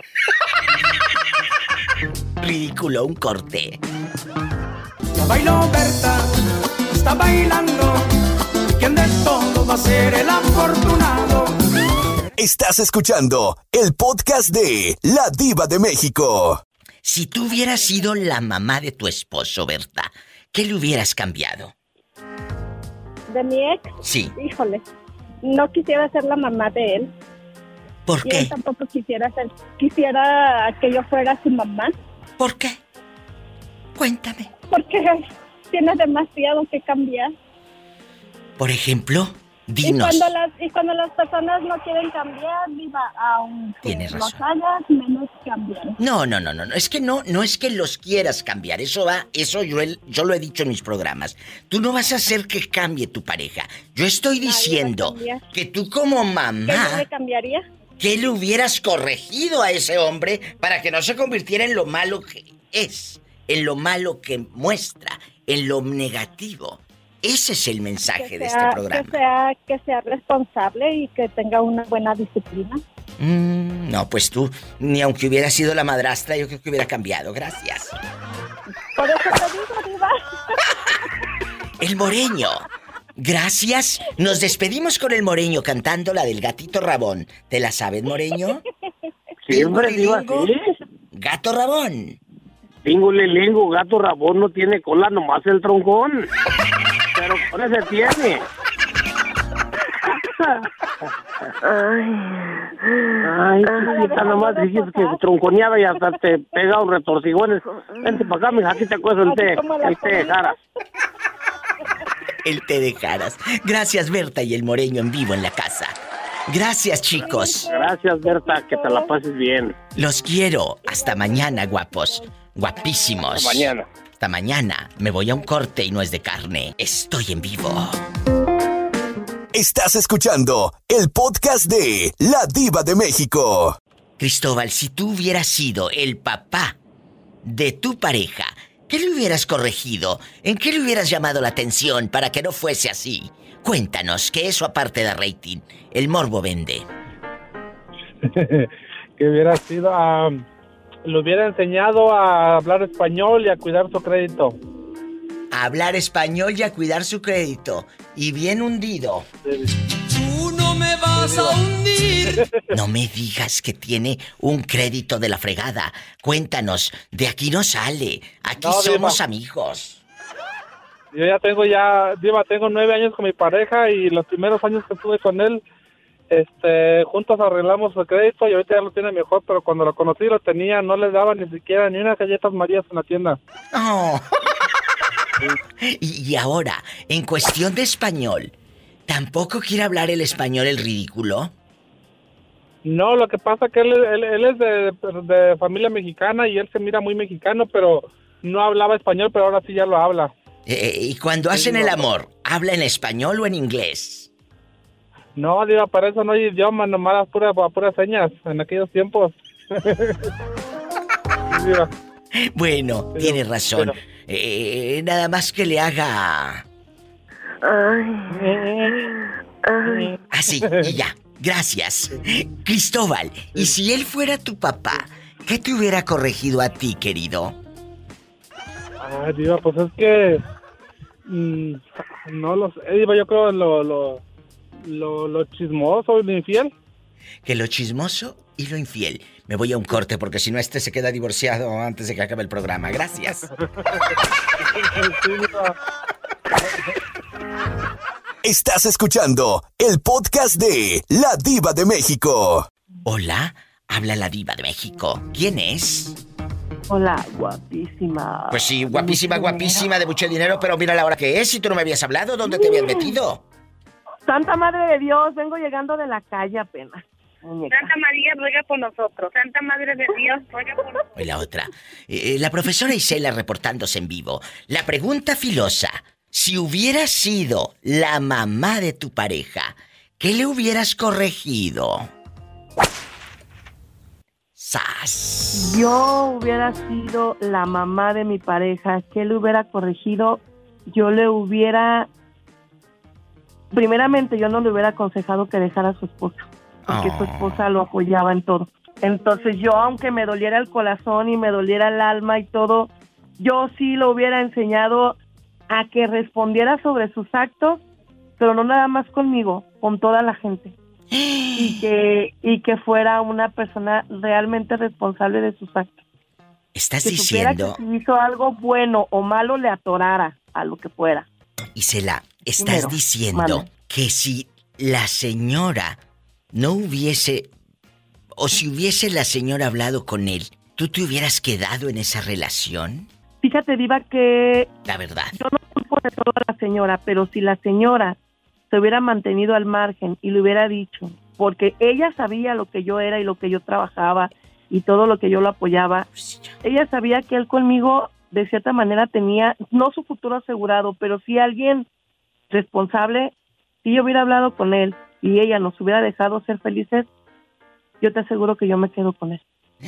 Ridículo, un corte. Ya bailó Berta, está bailando. ¿Quién de todo va a ser el afortunado? Estás escuchando el podcast de La Diva de México. Si tú hubieras sido la mamá de tu esposo, Berta, ¿qué le hubieras cambiado? ¿De mi ex? Sí. Híjole, no quisiera ser la mamá de él. ¿Por y qué? él tampoco quisiera ser, quisiera que yo fuera su mamá. ¿Por qué? Cuéntame. Porque tiene demasiado que cambiar. Por ejemplo, dinos. Y cuando las, y cuando las personas no quieren cambiar, viva, aunque Tienes los razón. hagas, menos cambiar. No, no, no, no, no, es que no, no es que los quieras cambiar, eso va, eso yo, el- yo lo he dicho en mis programas. Tú no vas a hacer que cambie tu pareja. Yo estoy Nadie va a diciendo cambiar. que tú como ¿Qué no mamá, le cambiaría? ¿qué le hubieras corregido a ese hombre para que no se convirtiera en lo malo que es, en lo malo que muestra, en lo negativo? Ese es el mensaje Que de sea, este programa. Que sea, que sea responsable y que tenga una buena disciplina. Mm, no, pues tú, ni aunque hubiera sido la madrastra, yo creo que hubiera cambiado. Gracias. Por eso te digo, Diva. El moreño. Gracias. Nos despedimos con el moreño cantando la del gatito Rabón. ¿Te la sabes, moreño? Siempre diva, Lingo, sí. Gato Rabón. Lingo, lilingo, gato rabón no tiene cola, nomás el troncón. Pero con ese tiene. Ay, ay, chiquita, nomás dijiste que tronconeaba y hasta te pega un retorcigones. Vente para acá, mija, aquí te cuezo el té, el té de jara. El té de Jaras. Gracias, Berta y el moreño en vivo en la casa. Gracias, chicos. Gracias, Berta, que te la pases bien. Los quiero. Hasta mañana, guapos. Guapísimos. Hasta mañana. Hasta mañana. Me voy a un corte y no es de carne. Estoy en vivo. Estás escuchando el podcast de La Diva de México. Cristóbal, si tú hubieras sido el papá de tu pareja, ¿qué le hubieras corregido? ¿En qué le hubieras llamado la atención para que no fuese así? Cuéntanos, que eso aparte de rating, el morbo vende. Que hubiera sido a... le hubiera enseñado a hablar español y a cuidar su crédito. A hablar español y a cuidar su crédito. Y bien hundido. Tú no me vas a hundir. No me digas que tiene un crédito de la fregada. Cuéntanos, de aquí no sale. Aquí No, somos Diva. amigos. Yo ya tengo ya, Diva, tengo nueve años con mi pareja y los primeros años que estuve con él, este, juntos arreglamos su crédito y ahorita ya lo tiene mejor, pero cuando lo conocí lo tenía, no le daba ni siquiera ni unas galletas Marías en la tienda. Oh. y, y ahora, en cuestión de español, ¿tampoco quiere hablar el español el ridículo? No, lo que pasa que él, él, él es de, de familia mexicana y él se mira muy mexicano, pero no hablaba español, pero ahora sí ya lo habla. Eh, y cuando hacen el amor, ¿habla en español o en inglés? No, Diva, para eso no hay idioma, nomás las puras, puras señas en aquellos tiempos. Diva. Bueno, Pero- tiene razón. pero- Eh, nada más que le haga... Así, y ya. Gracias. Cristóbal, ¿y si él fuera tu papá, qué te hubiera corregido a ti, querido? Ah, Diva, pues es que... mm, no lo sé, Diva, yo creo lo, lo, lo, lo chismoso y lo infiel. Que lo chismoso y lo infiel. Me voy a un corte porque si no este se queda divorciado antes de que acabe el programa. Gracias. Sí, Diva. Estás escuchando el podcast de La Diva de México. Hola, habla la Diva de México. ¿Quién es? Hola, guapísima. Pues sí, guapísima, guapísima, de mucho dinero, pero mira la hora que es. Si tú no me habías hablado, ¿dónde te habías metido? Santa Madre de Dios, vengo llegando de la calle apenas. Santa María, ruega por nosotros. Santa Madre de Dios, ruega por nosotros. Y la otra. Eh, la profesora Isela reportándose en vivo. La pregunta filosa. Si hubieras sido la mamá de tu pareja, ¿qué le hubieras corregido? ¡Sas! Yo hubiera sido la mamá de mi pareja, ¿qué le hubiera corregido? Yo le hubiera... Primeramente, yo no le hubiera aconsejado que dejara a su esposa, porque oh. su esposa lo apoyaba en todo. Entonces yo, aunque me doliera el corazón y me doliera el alma y todo, yo sí lo hubiera enseñado a que respondiera sobre sus actos, pero no nada más conmigo, con toda la gente. Y que, y que fuera una persona realmente responsable de sus actos. ¿Estás que diciendo? Que si hizo algo bueno o malo, le atorara a lo que fuera. Isela, estás Primero, diciendo mami. que si la señora no hubiese, o si hubiese la señora hablado con él, ¿tú te hubieras quedado en esa relación? Fíjate, Diva, que... La verdad. Yo no culpo de todo a la señora, pero si la señora se hubiera mantenido al margen y le hubiera dicho, porque ella sabía lo que yo era y lo que yo trabajaba y todo lo que yo lo apoyaba, ella sabía que él conmigo, de cierta manera, tenía, no su futuro asegurado, pero sí alguien responsable. Si yo hubiera hablado con él y ella nos hubiera dejado ser felices, yo te aseguro que yo me quedo con él.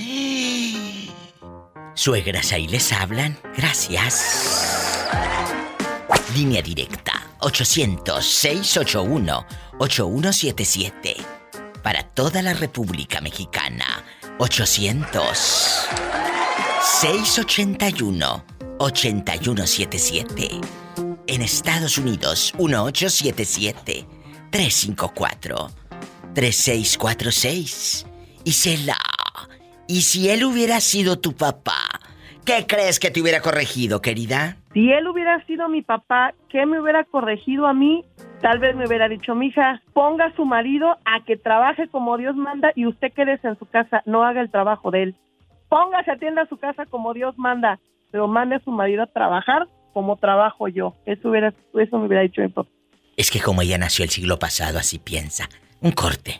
Suegras, ahí les hablan. Gracias. Línea directa ochocientos, seiscientos ochenta y uno, ochenta y uno setenta y siete. Para toda la República Mexicana. ochocientos, seiscientos ochenta y uno, ochenta y uno setenta y siete. En Estados Unidos, uno ocho siete siete, tres cinco cuatro, tres seis cuatro seis. Isela, ¿y si él hubiera sido tu papá? ¿Qué crees que te hubiera corregido, querida? Si él hubiera sido mi papá, ¿qué me hubiera corregido a mí? Tal vez me hubiera dicho, mija, ponga a su marido a que trabaje como Dios manda y usted quédese en su casa, no haga el trabajo de él. Póngase, atienda a su casa como Dios manda, pero mande a su marido a trabajar como trabajo yo. Eso hubiera, eso me hubiera dicho mi papá. Es que como ella nació el siglo pasado, así piensa. Un corte.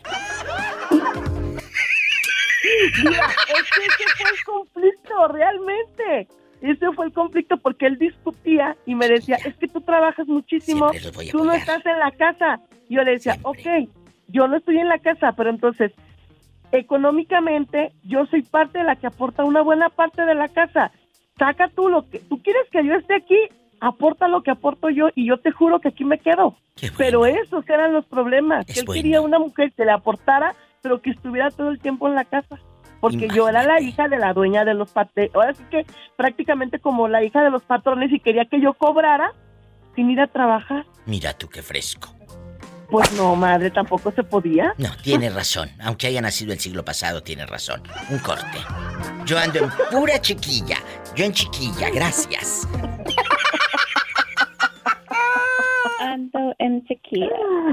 Mira, es que ese fue el conflicto, realmente. Ese fue el conflicto porque él discutía y me decía, es que tú trabajas muchísimo, tú no estás en la casa. Yo le decía, Siempre. ok, yo no estoy en la casa, pero entonces, económicamente, yo soy parte de la que aporta una buena parte de la casa. Saca tú lo que... ¿Tú quieres que yo esté aquí? Aporta lo que aporto yo y yo te juro que aquí me quedo. Bueno. Pero esos eran los problemas. Es que él bueno. quería una mujer que le aportara, pero que estuviera todo el tiempo en la casa. Porque Imagínate. Yo era la hija de la dueña de los patrones. Ahora sí que prácticamente como la hija de los patrones y quería que yo cobrara sin ir a trabajar. Mira tú qué fresco. Pues no, madre, tampoco se podía. No, tiene razón. Aunque haya nacido el siglo pasado, tiene razón. Un corte. Yo ando en pura chiquilla. Yo en chiquilla, gracias. Ando en chiquilla.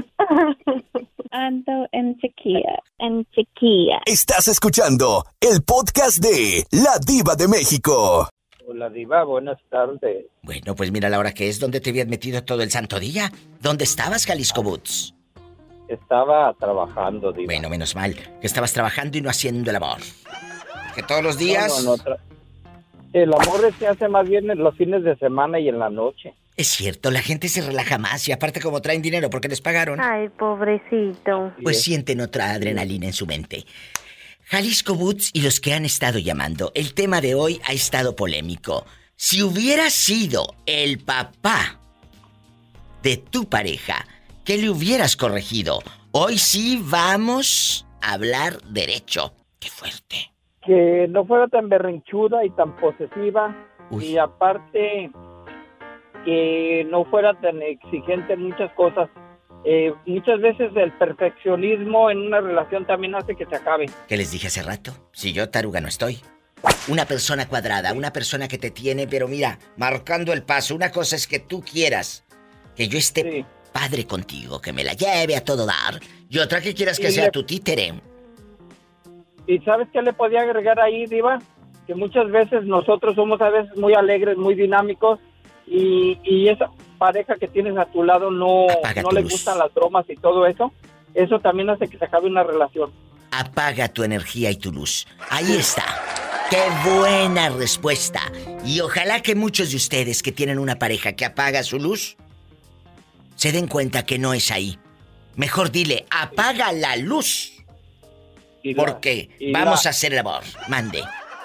Ando en chiquilla. En chiquilla. Estás escuchando el podcast de La Diva de México. Hola, Diva, buenas tardes. Bueno, pues mira la hora que es. ¿Dónde te habías metido todo el santo día? ¿Dónde estabas, Jalisco Boots? Estaba trabajando, Diva. Bueno, menos mal que estabas trabajando y no haciendo el amor. Que todos los días... No, no, no, tra... El amor se hace más bien en los fines de semana y en la noche. Es cierto, la gente se relaja más y aparte como traen dinero porque les pagaron. Ay, pobrecito. Pues sienten otra adrenalina en su mente. Jalisco Boots y los que han estado llamando, el tema de hoy ha estado polémico. Si hubieras sido el papá de tu pareja, ¿qué le hubieras corregido? Hoy sí vamos a hablar derecho. ¡Qué fuerte! Que no fuera tan berrinchuda y tan posesiva. Uy. Y aparte, que no fuera tan exigente en muchas cosas. Eh, muchas veces el perfeccionismo en una relación también hace que se acabe. ¿Qué les dije hace rato? Si yo taruga no estoy. Una persona cuadrada, una persona que te tiene, pero mira, marcando el paso. Una cosa es que tú quieras que yo esté sí. padre contigo, que me la lleve a todo dar, y otra que quieras que Y sea le- tu títere. ¿Y sabes qué le podía agregar ahí, Diva? Que muchas veces nosotros somos a veces muy alegres, muy dinámicos, y, y esa pareja que tienes a tu lado no, Apaga no tu le luz. gustan las bromas y todo eso. Eso también hace que se acabe una relación. Apaga tu energía y tu luz. Ahí está. ¡Qué buena respuesta! Y ojalá que muchos de ustedes que tienen una pareja que apaga su luz se den cuenta que no es ahí. Mejor dile, apaga la luz. Y la- Porque y vamos la- a hacer el amor. Mande.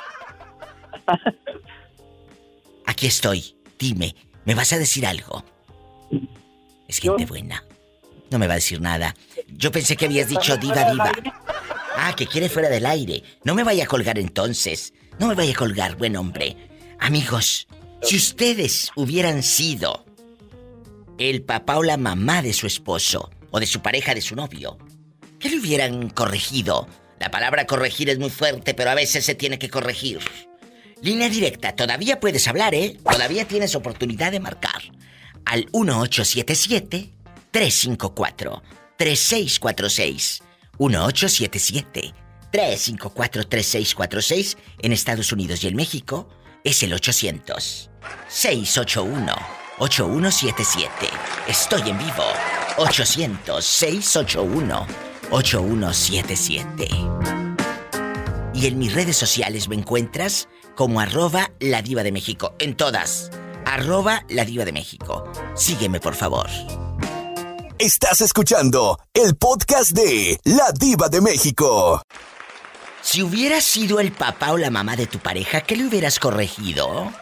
Aquí estoy. Dime, ¿me vas a decir algo? Es gente buena. No me va a decir nada. Yo pensé que habías dicho diva, diva. Ah, que quiere fuera del aire. No me vaya a colgar entonces. No me vaya a colgar, buen hombre. Amigos, si ustedes hubieran sido el papá o la mamá de su esposo, o de su pareja, de su novio, ¿qué le hubieran corregido? La palabra corregir es muy fuerte, pero a veces se tiene que corregir. Línea directa, todavía puedes hablar, ¿eh? Todavía tienes oportunidad de marcar. Al uno ocho siete siete, tres cinco cuatro, tres seis cuatro seis. uno ocho siete siete, tres cinco cuatro, tres seis cuatro seis. En Estados Unidos y en México es el ochocientos, seis ocho uno, ocho uno siete siete. Estoy en vivo. ochocientos, seis ocho uno, ocho uno siete siete. Y en mis redes sociales me encuentras como arroba la diva de México. En todas. Arroba la diva de México. Sígueme, por favor. Estás escuchando el podcast de La Diva de México. Si hubieras sido el papá o la mamá de tu pareja, ¿qué le hubieras corregido?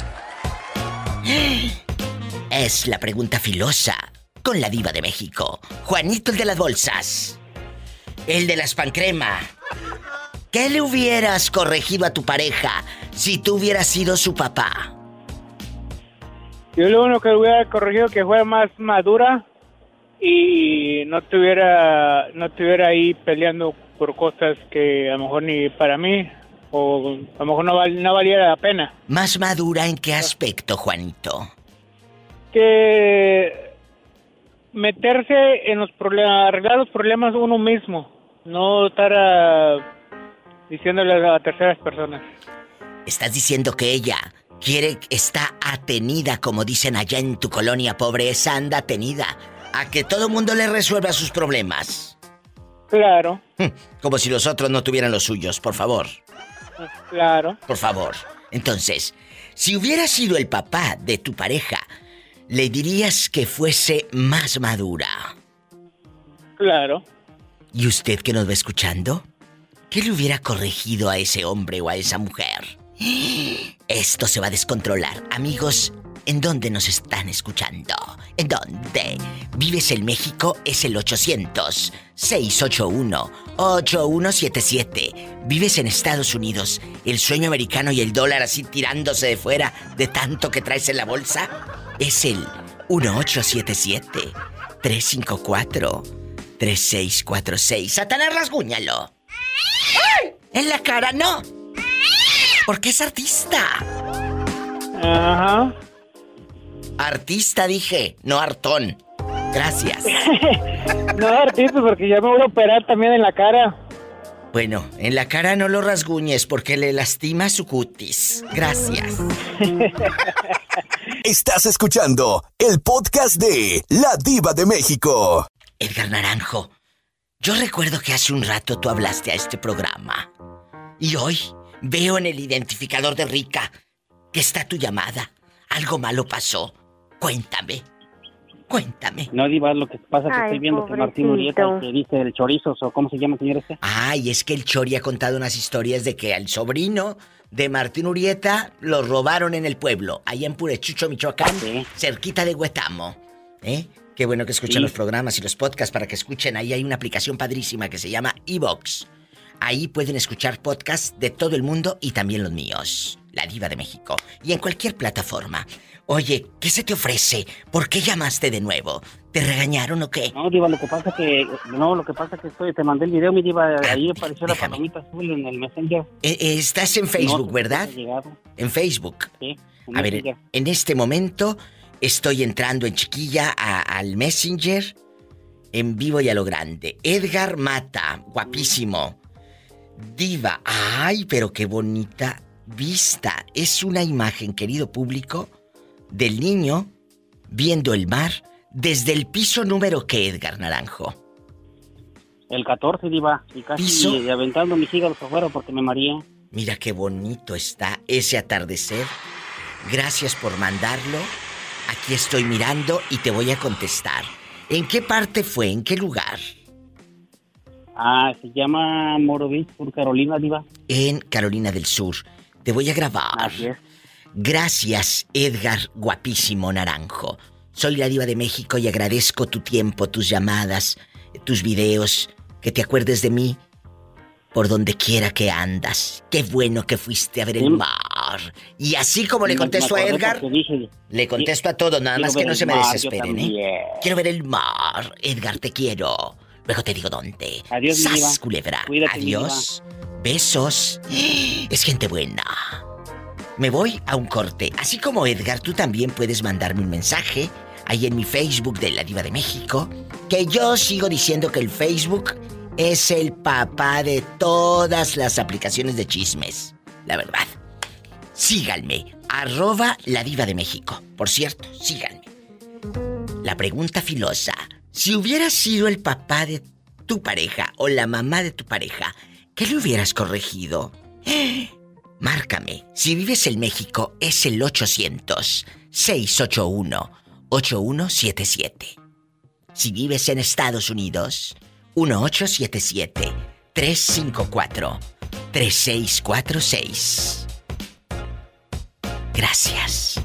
Es la pregunta filosa con la diva de México. Juanito, el de las bolsas. El de la espancrema. ¿Qué le hubieras corregido a tu pareja si tú hubieras sido su papá? Yo lo único que hubiera corregido que fuera más madura y no estuviera no estuviera ahí peleando por cosas que a lo mejor ni para mí o a lo mejor no, val, no valiera la pena. ¿Más madura en qué aspecto, Juanito? Que meterse en los problemas, arreglar los problemas uno mismo, no estar uh, diciéndole a terceras personas. Estás diciendo que ella quiere, está atenida, como dicen allá en tu colonia pobre, esa anda atenida a que todo mundo le resuelva sus problemas. Claro. Como si los otros no tuvieran los suyos, por favor. Claro. Por favor. Entonces, si hubiera sido el papá de tu pareja, ¿le dirías que fuese más madura? Claro. ¿Y usted que nos va escuchando? ¿Qué le hubiera corregido a ese hombre o a esa mujer? Esto se va a descontrolar. Amigos, ¿en dónde nos están escuchando? ¿En dónde? ¿Vives en México? Es el ochocientos, seis ocho uno, ocho uno siete siete. ¿Vives en Estados Unidos? ¿El sueño americano y el dólar así tirándose de fuera de tanto que traes en la bolsa? Es el uno ocho siete siete, tres cinco cuatro, tres seis cuatro seis. ¡Satanás, rasguñalo! En la cara, no. Porque es artista. Ajá. Artista dije, no hartón. Gracias. No, artista, porque ya me voy a operar también en la cara. Bueno, en la cara no lo rasguñes porque le lastima su cutis. Gracias. Estás escuchando el podcast de La Diva de México. Edgar Naranjo, yo recuerdo que hace un rato tú hablaste a este programa. Y hoy veo en el identificador de Rica que está tu llamada. Algo malo pasó. Cuéntame. Cuéntame. No, Diva, lo que pasa es que Ay, estoy viendo pobrecito. que Martín Urieta, que dice el chorizo, o ¿cómo se llama, señor este? Ay, es que el Chori ha contado unas historias de que al sobrino de Martín Urieta lo robaron en el pueblo, allá en Purechucho, Michoacán, cerquita de Huetamo. ¿Eh? Qué bueno que escuchan Sí. los programas y los podcasts para que escuchen. Ahí hay una aplicación padrísima que se llama iVoox. Ahí pueden escuchar podcasts de todo el mundo y también los míos, La Diva de México, y en cualquier plataforma. Oye, ¿qué se te ofrece? ¿Por qué llamaste de nuevo? ¿Te regañaron o qué? No, Diva, lo que pasa que... No, lo que pasa que estoy... Te mandé el video, mi Diva, ahí apareció la palomita azul en el Messenger. Eh, eh, estás en Facebook, No, ¿verdad? no ha llegado. En Facebook. Sí, en A ver, Messenger. en este momento Estoy entrando en chiquilla a, al Messenger, en vivo y a lo grande. Edgar Mata, guapísimo. Diva, ay, pero qué bonita vista. Es una imagen, querido público, del niño viendo el mar desde el piso número ¿qué, Edgar Naranjo? El catorce, Diva, y casi ¿Piso? aventando mis hígados afuera porque me mareé. Mira qué bonito está ese atardecer. Gracias por mandarlo. Aquí estoy mirando y te voy a contestar. ¿En qué parte fue? ¿En qué lugar? Ah, se llama Moro Beach, por Carolina, Diva. En Carolina del Sur. Te voy a grabar. Así es. Gracias, Edgar, guapísimo Naranjo. Soy la Diva de México y agradezco tu tiempo, tus llamadas, tus videos, que te acuerdes de mí por donde quiera que andas. Qué bueno que fuiste a ver el mar. Y así como le contesto a Edgar, le contesto a todos, nada más que no se me desesperen, ¿eh? Quiero ver el mar. Edgar, te quiero. Luego te digo dónde. Adiós, mi diva. ¡Sas, culebra! Cuídate, Adiós. Besos. Es gente buena. Me voy a un corte. Así como Edgar, tú también puedes mandarme un mensaje ahí en mi Facebook de La Diva de México, que yo sigo diciendo que el Facebook es el papá de todas las aplicaciones de chismes. La verdad. Síganme, arroba La Diva de México. Por cierto, síganme. La pregunta filosa. Si hubieras sido el papá de tu pareja o la mamá de tu pareja, ¿qué le hubieras corregido? Márcame. Si vives en México, es el ochocientos, seiscientos ochenta y uno, ochenta y uno setenta y siete. Si vives en Estados Unidos, uno ocho siete siete, tres cinco cuatro, tres seis cuatro seis. Gracias.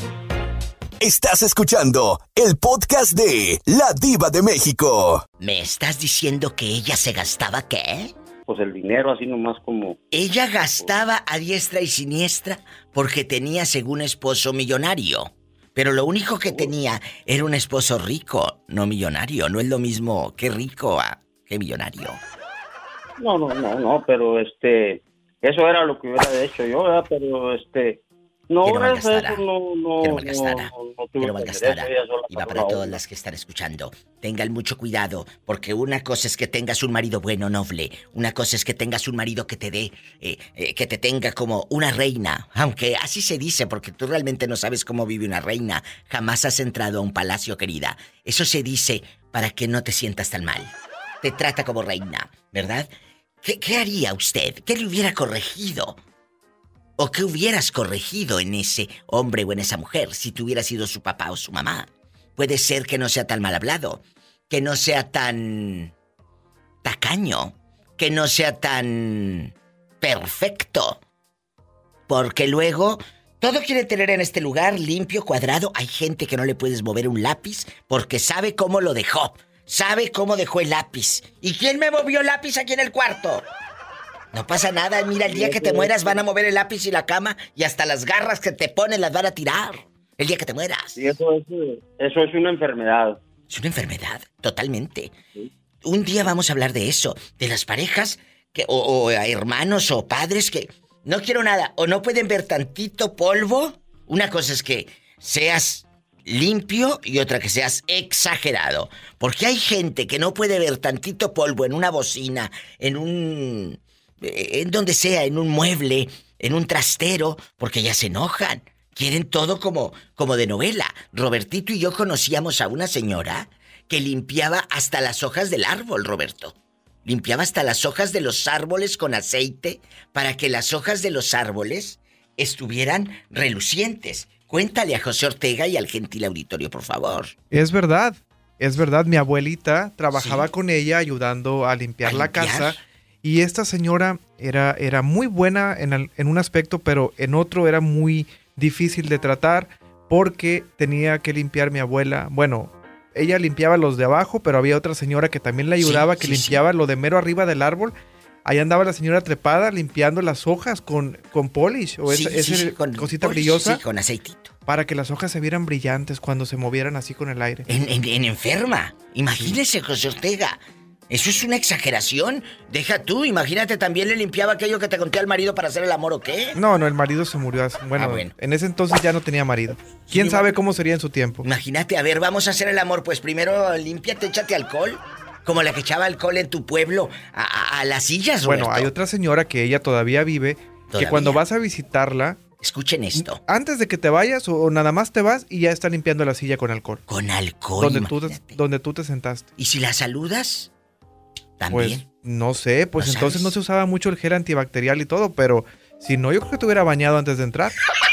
Estás escuchando el podcast de La Diva de México. ¿Me estás diciendo que ella se gastaba qué? Pues el dinero así nomás como... Ella gastaba a diestra y siniestra porque tenía según esposo millonario. Pero lo único que tenía era un esposo rico, no millonario. No es lo mismo que rico a que millonario. No, no, no, no, pero este... Eso era lo que hubiera hecho yo, ¿verdad? Pero este... No, que no eso, malgastara. eso no, no, que no malgastara. no, no, no que tuve no que malgastara. hacer eso, ella sola Y va pasó para la todas onda. las que están escuchando. Tengan mucho cuidado, porque una cosa es que tengas un marido bueno, noble. Una cosa es que tengas un marido que te dé, eh, eh, que te tenga como una reina. Aunque así se dice, porque tú realmente no sabes cómo vive una reina. Jamás has entrado a un palacio, querida. Eso se dice para que no te sientas tan mal. Te trata como reina, ¿verdad? ¿Qué, qué haría usted? ¿Qué le hubiera corregido? ¿O qué hubieras corregido en ese hombre o en esa mujer si tú hubieras sido su papá o su mamá? Puede ser que no sea tan mal hablado, que no sea tan tacaño, que no sea tan perfecto. Porque luego todo quiere tener en este lugar limpio, cuadrado. Hay gente que no le puedes mover un lápiz porque sabe cómo lo dejó. Sabe cómo dejó el lápiz. ¿Y quién me movió el lápiz aquí en el cuarto? No pasa nada, mira, el día que te mueras van a mover el lápiz y la cama y hasta las garras que te ponen las van a tirar. El día que te mueras. Y eso es, eso es una enfermedad. Es una enfermedad, totalmente. ¿Sí? Un día vamos a hablar de eso, de las parejas que, o, o hermanos o padres que no quiero nada o no pueden ver tantito polvo. Una cosa es que seas limpio y otra que seas exagerado. Porque hay gente que no puede ver tantito polvo en una bocina, en un... en donde sea, en un mueble, en un trastero, porque ya se enojan. Quieren todo como, como de novela. Robertito y yo conocíamos a una señora que limpiaba hasta las hojas del árbol, Roberto. Limpiaba hasta las hojas de los árboles con aceite para que las hojas de los árboles estuvieran relucientes. Cuéntale a José Ortega y al gentil auditorio, por favor. Es verdad, es verdad. Mi abuelita trabajaba ¿Sí? con ella ayudando a limpiar ¿A la limpiar? casa. Y esta señora era, era muy buena en, el, en un aspecto, pero en otro era muy difícil de tratar porque tenía que limpiar mi abuela. Bueno, ella limpiaba los de abajo, pero había otra señora que también le ayudaba, sí, que sí, limpiaba sí. lo de mero arriba del árbol. Ahí andaba la señora trepada limpiando las hojas con, con polish o sí, esa, sí, esa sí, con cosita polish, brillosa. Sí, con aceitito. Para que las hojas se vieran brillantes cuando se movieran así con el aire. En, en, en enferma. Imagínese, sí. José Ortega. Eso es una exageración. Deja tú, imagínate, también le limpiaba aquello que te conté al marido para hacer el amor, ¿o qué? No, no, el marido se murió hace... Bueno, Ah, bueno. en ese entonces ya no tenía marido. ¿Quién Sí, sabe bueno. cómo sería en su tiempo? Imagínate, a ver, vamos a hacer el amor. Pues primero límpiate, échate alcohol. Como la que echaba alcohol en tu pueblo a, a- a las sillas, Roberto. Bueno, hay otra señora que ella todavía vive, ¿Todavía? que cuando vas a visitarla... Escuchen esto. Antes de que te vayas o, o nada más te vas y ya está limpiando la silla con alcohol. Con alcohol, Donde, tú te, donde tú te sentaste. ¿Y si la saludas? Pues También. no sé, pues ¿No entonces sabes? no se usaba mucho el gel antibacterial y todo, pero si no, yo creo que te hubiera bañado antes de entrar.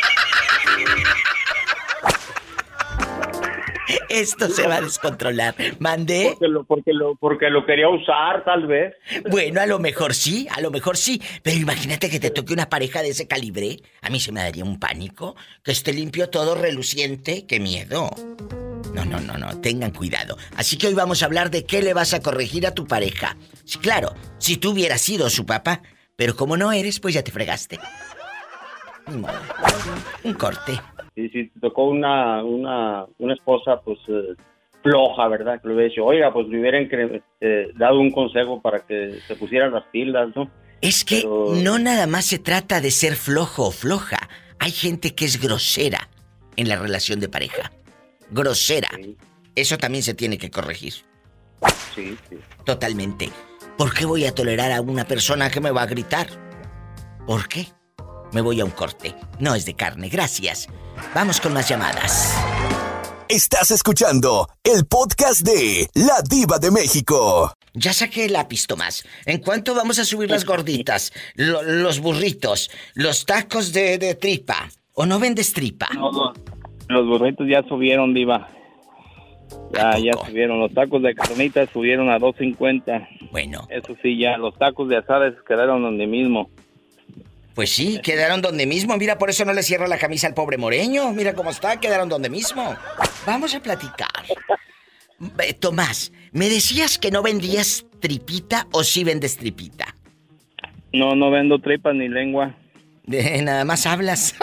Esto se va a descontrolar. ¿Mandé? Porque lo, porque, lo, porque lo quería usar, tal vez. Bueno, a lo mejor sí, a lo mejor sí. Pero imagínate que te toque una pareja de ese calibre. A mí se me daría un pánico. Que esté limpio todo, reluciente. ¡Qué miedo! No, no, no, no. Tengan cuidado. Así que hoy vamos a hablar de qué le vas a corregir a tu pareja. Sí, claro, si tú hubieras sido su papá. Pero como no eres, pues ya te fregaste. Ni modo. Un corte. Y si te tocó una, una, una esposa, pues, eh, floja, ¿verdad? Que le hubiera dicho, oiga, pues le hubieran cre- eh, dado un consejo para que se pusieran las pilas, ¿no? Es que Pero- no nada más se trata de ser flojo o floja. Hay gente que es grosera en la relación de pareja. Grosera. Eso también se tiene que corregir. Sí, sí. Totalmente. ¿Por qué voy a tolerar a una persona que me va a gritar? ¿Por qué? Me voy a un corte. No es de carne, gracias. Vamos con más llamadas. Estás escuchando el podcast de La Diva de México. Ya saqué el lápiz, Tomás. ¿En cuánto vamos a subir las gorditas? Lo- los burritos, los tacos de, de tripa. ¿O no vendes tripa? No, no. Los burritos ya subieron, diva. Ya, ya subieron. Los tacos de carnitas subieron a dos cincuenta. Bueno. Eso sí, ya. Los tacos de asadas quedaron donde mismo. Pues sí, quedaron donde mismo. Mira, por eso no le cierra la camisa al pobre Moreño. Mira cómo está, quedaron donde mismo. Vamos a platicar. Eh, Tomás, ¿me decías que no vendías tripita o sí vendes tripita? No, no vendo tripas ni lengua. De, nada más hablas.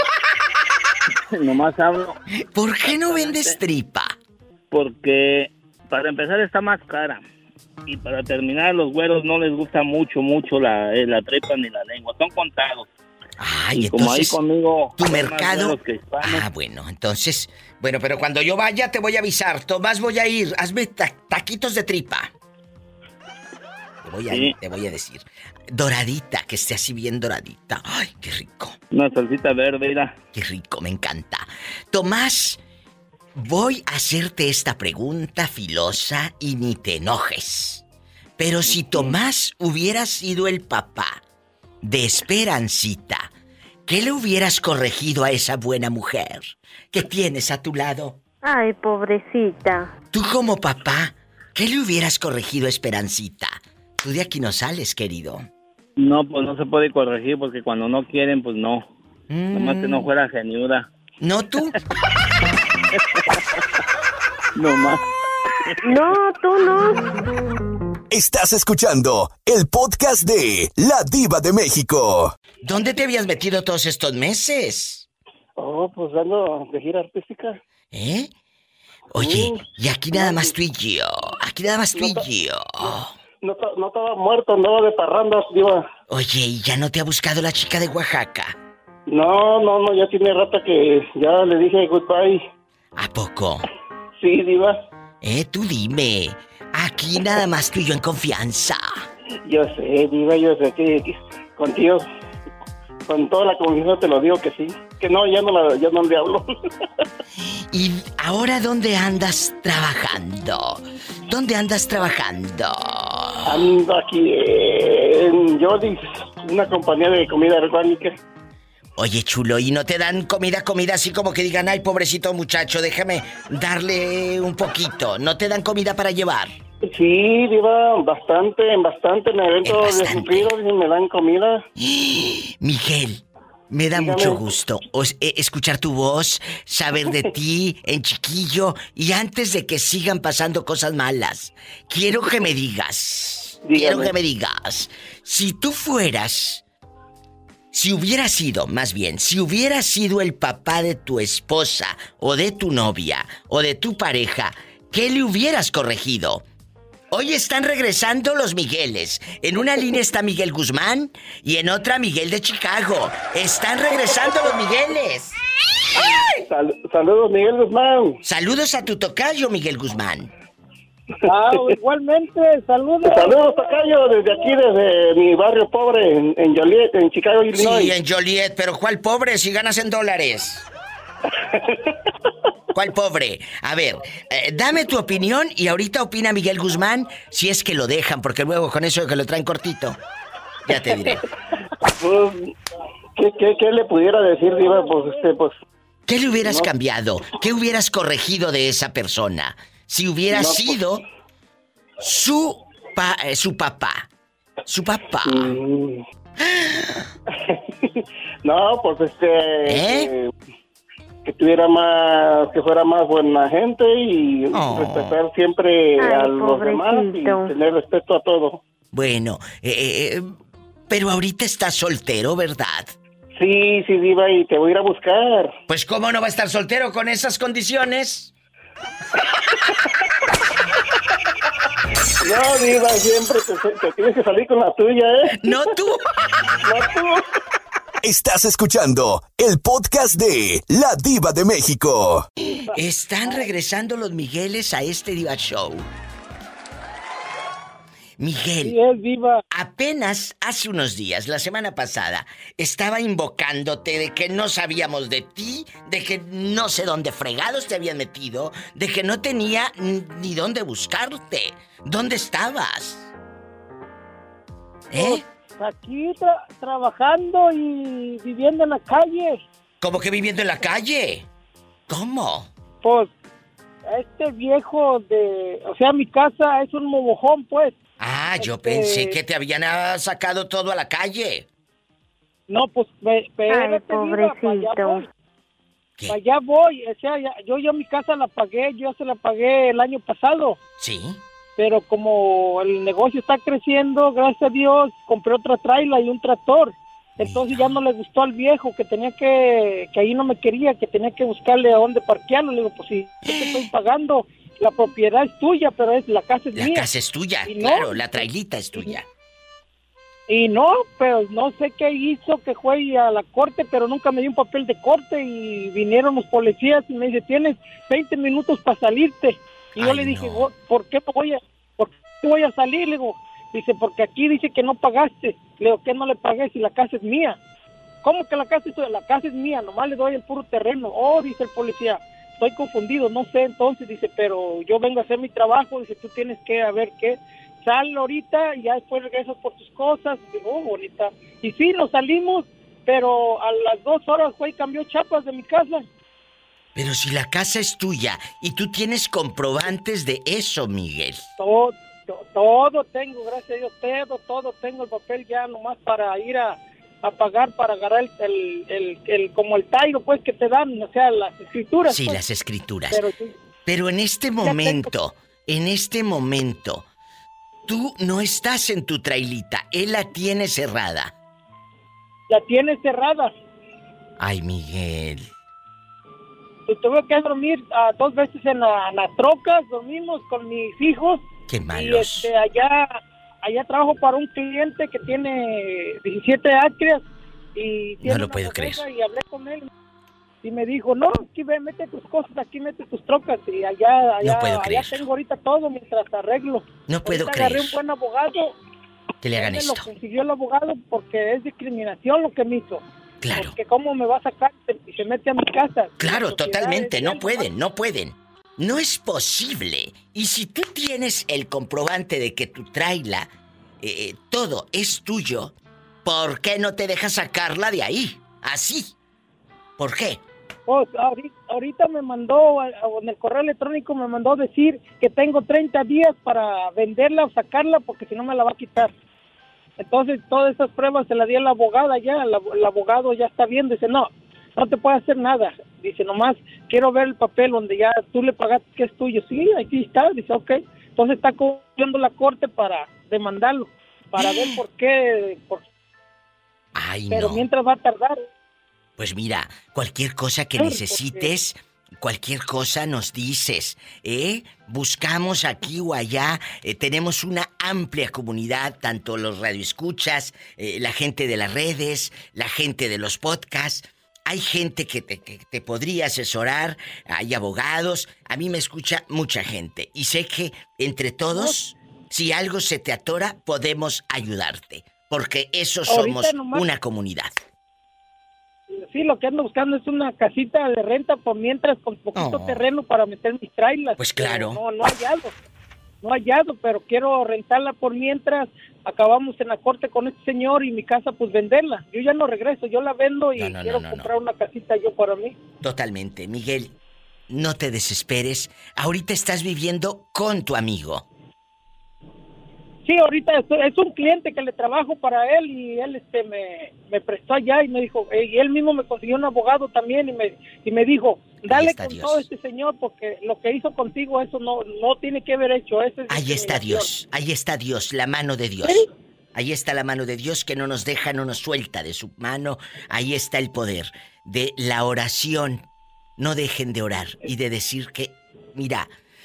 Nomás hablo. ¿Por qué no vendes tripa? Porque para empezar está más cara. Y para terminar, los güeros no les gusta mucho, mucho la, eh, la tripa ni la lengua. Son contados. Ay, Y como ahí entonces, conmigo tu hay más mercado... güeros que hispanos. Ah, bueno, entonces... Bueno, pero cuando yo vaya te voy a avisar. Tomás, voy a ir. Hazme ta- taquitos de tripa. Te voy a, Sí. te voy a decir. Doradita, que esté así bien doradita. Ay, qué rico. Una salsita verde, mira. Qué rico, me encanta. Tomás, voy a hacerte esta pregunta filosa y ni te enojes. Pero si Tomás hubiera sido el papá de Esperancita, ¿qué le hubieras corregido a esa buena mujer que tienes a tu lado? Ay, pobrecita. Tú como papá, ¿qué le hubieras corregido a Esperancita? Tú de aquí no sales, querido. No, pues no se puede corregir porque cuando no quieren, pues no. Nomás que no fuera geniuda. ¿No tú? Nomás. No, tú no. Estás escuchando el podcast de La Diva de México. ¿Dónde te habías metido todos estos meses? Oh, pues ando de gira artística. ¿Eh? Oye, y aquí nada más tú y yo. Aquí nada más tú y yo. No, ta- no estaba muerto, andaba de parrandas, diva. Oye, ¿y ya no te ha buscado la chica de Oaxaca? No, no, no, ya tiene rato que ya le dije goodbye. ¿A poco? Sí, diva. Eh, tú dime. Aquí nada más tú y yo en confianza. Yo sé, diva, yo sé que, que contigo, con toda la confianza te lo digo que sí. Que no, ya no, la, ya no le hablo. ¿Y ahora dónde andas trabajando? ¿Dónde andas trabajando? Ando aquí en Jodis, una compañía de comida orgánica. Oye, chulo, ¿y no te dan comida, comida así como que digan, ay, pobrecito muchacho, déjame darle un poquito? ¿No te dan comida para llevar? Sí, diva, bastante, en bastante. En eventos de cumplidos me dan comida. Miguel, me da Dígame. mucho gusto os- eh, escuchar tu voz, saber de ti en chiquillo y antes de que sigan pasando cosas malas, quiero que me digas, quiero Dígame. que me digas, si tú fueras, si hubiera sido, más bien, si hubiera sido el papá de tu esposa o de tu novia o de tu pareja, ¿qué le hubieras corregido? Hoy están regresando los Migueles. En una línea está Miguel Guzmán y en otra Miguel de Chicago. Están regresando los Migueles. Sal- saludos, Miguel Guzmán. Saludos a tu tocayo, Miguel Guzmán. Ah, igualmente, saludos. Saludos, tocayo, desde aquí, desde mi barrio pobre, en, en Joliet, en Chicago, Illinois. Sí, en Joliet, pero ¿cuál pobre si ganas en dólares? ¿Cuál pobre? A ver, eh, dame tu opinión y ahorita opina Miguel Guzmán si es que lo dejan, porque luego con eso de que lo traen cortito, ya te diré. Pues, ¿qué, qué, qué le pudiera decir, Diva? Pues, este, pues... ¿Qué le hubieras no. cambiado? ¿Qué hubieras corregido de esa persona? Si hubiera No, pues... sido su, pa, eh, su papá. Su papá. Mm. No, pues este... ¿Eh? Que, que tuviera más... Que fuera más buena gente y oh. respetar siempre Ay, a los pobrecito. demás y tener respeto a todo. Bueno, eh, eh, pero ahorita estás soltero, ¿verdad? Sí, sí, Diva, y te voy a ir a buscar. Pues, ¿cómo no va a estar soltero con esas condiciones? No, Diva, siempre te, te tienes que salir con la tuya, ¿eh? No tú. No tú. Estás escuchando el podcast de La Diva de México. Están regresando los Migueles a este Diva Show. Miguel, sí, es Diva. Apenas hace unos días, la semana pasada, estaba invocándote de que no sabíamos de ti, de que no sé dónde fregados te habían metido, de que no tenía ni dónde buscarte. ¿Dónde estabas? ¿Eh? Pues aquí tra- trabajando y viviendo en la calle. ¿Cómo que viviendo en la calle? ¿Cómo? Pues este viejo de... O sea, mi casa es un mobojón, pues. Ah, yo este... pensé que te habían sacado todo a la calle. No, pues, me, Ay, pobrecito. Para allá voy, o sea, ya, yo ya mi casa la pagué, yo ya se la pagué el año pasado. Sí. Pero como el negocio está creciendo, gracias a Dios, compré otra traila y un tractor. Entonces ya no le gustó al viejo, que tenía que, que ahí no me quería, que tenía que buscarle a dónde parquearlo. Le digo, pues sí, yo te estoy pagando, la propiedad es tuya, pero es la casa es la mía. La casa es tuya, y claro, no, la trailita es tuya. Y no, pero no sé qué hizo, que fue a la corte, pero nunca me dio un papel de corte y vinieron los policías y me dice, tienes veinte minutos para salirte. Y Ay, yo le dije, no. ¿por qué voy a, por qué voy a salir? Le digo, dice, porque aquí dice que no pagaste. Le digo, ¿qué no le pagué si la casa es mía? ¿Cómo que la casa es tuya? La casa es mía, nomás le doy el puro terreno. Oh, dice el policía, estoy confundido, no sé entonces, dice, pero yo vengo a hacer mi trabajo, dice, tú tienes que a ver qué. Sal ahorita y ya después regresas por tus cosas. Digo, oh, bonita. Y sí, nos salimos, pero a las dos horas fue y cambió chapas de mi casa. Pero si la casa es tuya y tú tienes comprobantes de eso, Miguel. Todo, todo, todo tengo, gracias a Dios, todo, todo tengo el papel ya nomás para ir a, a pagar, para agarrar el, el, el, el, como el tairo, pues, que te dan, o sea, las escrituras. Sí, pues. las escrituras. Pero, sí. Pero en este momento, en este momento... Tú no estás en tu trailita, él la tiene cerrada. La tiene cerrada. Ay, Miguel. Y tuve que dormir uh, dos veces en la, en la troca, dormimos con mis hijos. Qué malos. Y este, allá, allá trabajo para un cliente que tiene diecisiete acres. Y tiene no lo puedo creer. Y hablé con él. Y me dijo, no, aquí ve, mete tus cosas, aquí mete tus trocas. Y allá, allá, no puedo allá tengo ahorita todo mientras arreglo. No puedo ahorita creer. Agarré un buen abogado. Que le hagan él esto. Lo consiguió el abogado porque es discriminación lo que me hizo. Claro. Porque cómo me va a sacar y se mete a mi casa. Claro, totalmente, no pueden, no pueden. No es posible. Y si tú tienes el comprobante de que tu traila, eh, todo es tuyo, ¿por qué no te dejas sacarla de ahí? Así. ¿Por qué? Pues ahorita, ahorita me mandó, en el correo electrónico me mandó decir que tengo treinta días para venderla o sacarla porque si no me la va a quitar. Entonces todas esas pruebas se las di a la abogada ya, el, el abogado ya está viendo, dice no, no te puede hacer nada. Dice nomás, quiero ver el papel donde ya tú le pagaste que es tuyo. Sí, aquí está, dice ok. Entonces está corriendo la corte para demandarlo, para ver por qué. Por... Ay, Pero no. mientras va a tardar. Pues mira, cualquier cosa que necesites, cualquier cosa nos dices, ¿eh? Buscamos aquí o allá, eh, tenemos una amplia comunidad, tanto los radioescuchas, eh, la gente de las redes, la gente de los podcasts. Hay gente que te, que te podría asesorar, hay abogados, a mí me escucha mucha gente. Y sé que entre todos, si algo se te atora, podemos ayudarte. Porque eso somos nomás, una comunidad. Sí, lo que ando buscando es una casita de renta por mientras con poquito oh. terreno para meter mis trailers. Pues claro. No, no he hallado. No he hallado, pero quiero rentarla por mientras. Acabamos en la corte con este señor y mi casa, pues venderla. Yo ya no regreso, yo la vendo y no, no, quiero no, no, comprar no. una casita yo para mí. Totalmente. Miguel, no te desesperes. Ahorita estás viviendo con tu amigo. Sí, ahorita es un cliente que le trabajo para él y él este me, me prestó allá y me dijo, y él mismo me consiguió un abogado también y me y me dijo, dale con Dios. Todo este señor porque lo que hizo contigo eso no no tiene que haber hecho. Eso es ahí está Dios, ahí está Dios, la mano de Dios. ¿Sí? Ahí está la mano de Dios que no nos deja, no nos suelta de su mano. Ahí está el poder de la oración. No dejen de orar y de decir que, mira,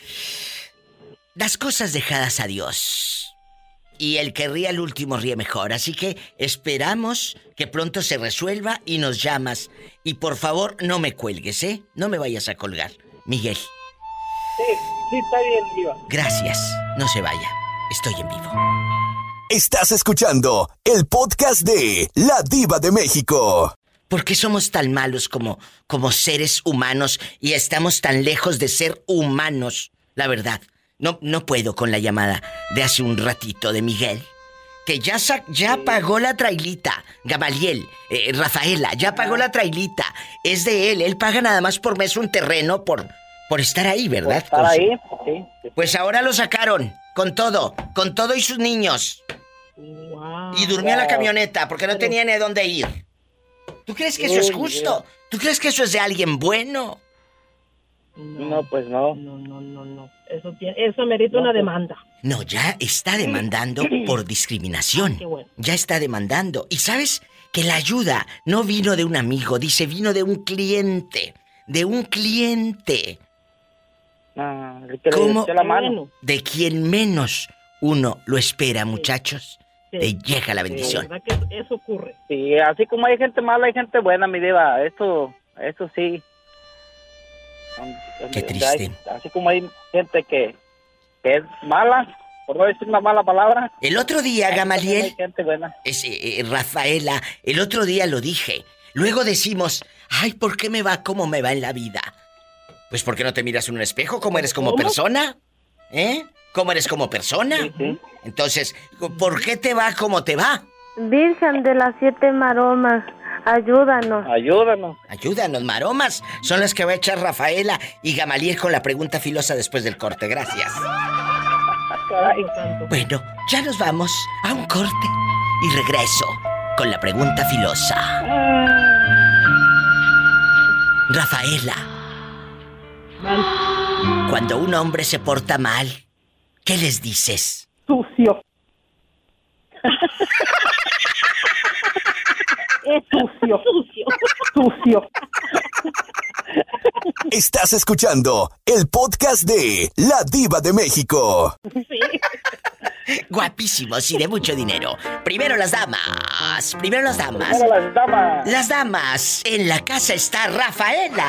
las cosas dejadas a Dios. Y el que ríe al último ríe mejor. Así que esperamos que pronto se resuelva y nos llamas. Y por favor, no me cuelgues, ¿eh? No me vayas a colgar. Miguel. Sí, sí, está bien, Diva. Gracias. No se vaya. Estoy en vivo. Estás escuchando el podcast de La Diva de México. ¿Por qué somos tan malos como, como seres humanos y estamos tan lejos de ser humanos? La verdad. No, no puedo con la llamada de hace un ratito de Miguel. Que ya, sa- ya pagó la trailita. Gamaliel, eh, Rafaela, ya pagó la trailita. Es de él, él paga nada más por mes un terreno por, por estar ahí, ¿verdad? Por estar ahí, sí, sí. Pues ahora lo sacaron, con todo, con todo y sus niños. Wow, y durmió wow. en la camioneta porque no tenía ni a dónde ir. ¿Tú crees que eso es justo? ¿Tú crees que eso es de alguien bueno? No, no pues no. No, no, no, no. Eso, tiene, eso merita no, una demanda. No, ya está demandando por discriminación. Qué bueno. Ya está demandando. Y ¿sabes? Que la ayuda no vino de un amigo, dice, vino de un cliente. De un cliente. Ah, que le ¿Cómo? La mano. De quien menos uno lo espera, muchachos. Sí. Te llega la bendición. Sí, ¿verdad que eso ocurre? Sí, así como hay gente mala, hay gente buena, mi diva. Esto, esto sí. Qué triste. Así como hay gente que, que es mala, por no decir una mala palabra. El otro día, Gamaliel, hay gente buena. Es, eh, Rafaela, el otro día lo dije. Luego decimos, ay, ¿por qué me va como me va en la vida? Pues porque no te miras en un espejo, ¿cómo eres como ¿Cómo? persona? ¿Eh? ¿Cómo eres como persona? Sí, sí. Entonces, ¿por qué te va como te va? Virgen de las siete maromas, ayúdanos. Ayúdanos. Ayúdanos, maromas. Son las que va a echar Rafaela y Gamaliel con la pregunta filosa después del corte. Gracias. Caray. Bueno, ya nos vamos a un corte y regreso con la pregunta filosa. Rafaela, mal. Cuando un hombre se porta mal, ¿qué les dices? Sucio. Es sucio, sucio, sucio. Estás escuchando el podcast de La Diva de México. Sí. Guapísimos y de mucho dinero. Primero las damas. Primero las damas. Primero las damas. Las damas. En la casa está Rafaela.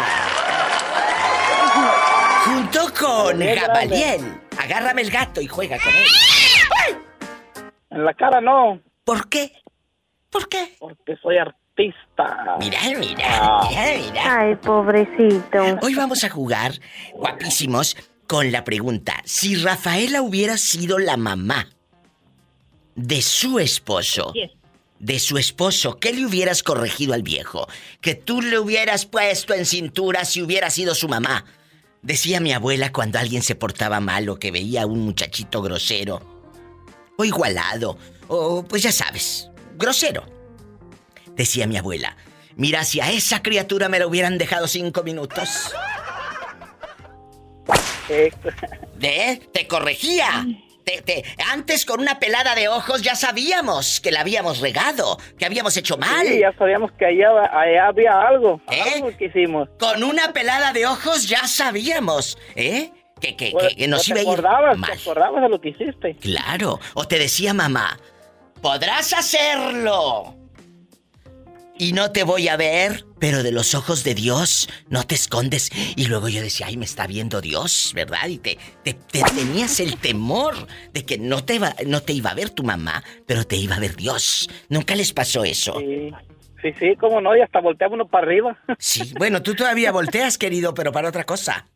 Junto con Gamaliel. Agárrame el gato y juega con él. En la cara no. ¿Por qué? ¿Por qué? Porque soy artista. Mira, mira, mira, mira. Ay, pobrecito. Hoy vamos a jugar, guapísimos, con la pregunta. Si Rafaela hubiera sido la mamá de su esposo, yes. de su esposo, ¿qué le hubieras corregido al viejo? Que tú le hubieras puesto en cintura si hubiera sido su mamá. Decía mi abuela cuando alguien se portaba mal o que veía a un muchachito grosero o igualado, o pues ya sabes, grosero. Decía mi abuela, mira, si a esa criatura me la hubieran dejado cinco minutos. ¿De? Te corregía. te, te, antes con una pelada de ojos ya sabíamos que la habíamos regado, que habíamos hecho mal. Sí, ya sabíamos que allá, allá había algo, ¿Eh? algo que hicimos. Con una pelada de ojos ya sabíamos, ¿eh? Que, que, Pues, que, que nos ¿no iba a te ir acordabas, mal. ¿Te acordabas de lo que hiciste? Claro, o te decía mamá, podrás hacerlo y no te voy a ver, pero de los ojos de Dios no te escondes. Y luego yo decía, ay, me está viendo Dios, ¿verdad? Y te, te, te tenías el temor de que no te, va, no te iba a ver tu mamá, pero te iba a ver Dios. ¿Nunca les pasó eso? Sí, sí, sí, cómo no, y hasta volteaba uno para arriba. Sí, bueno, tú todavía volteas, querido, pero para otra cosa.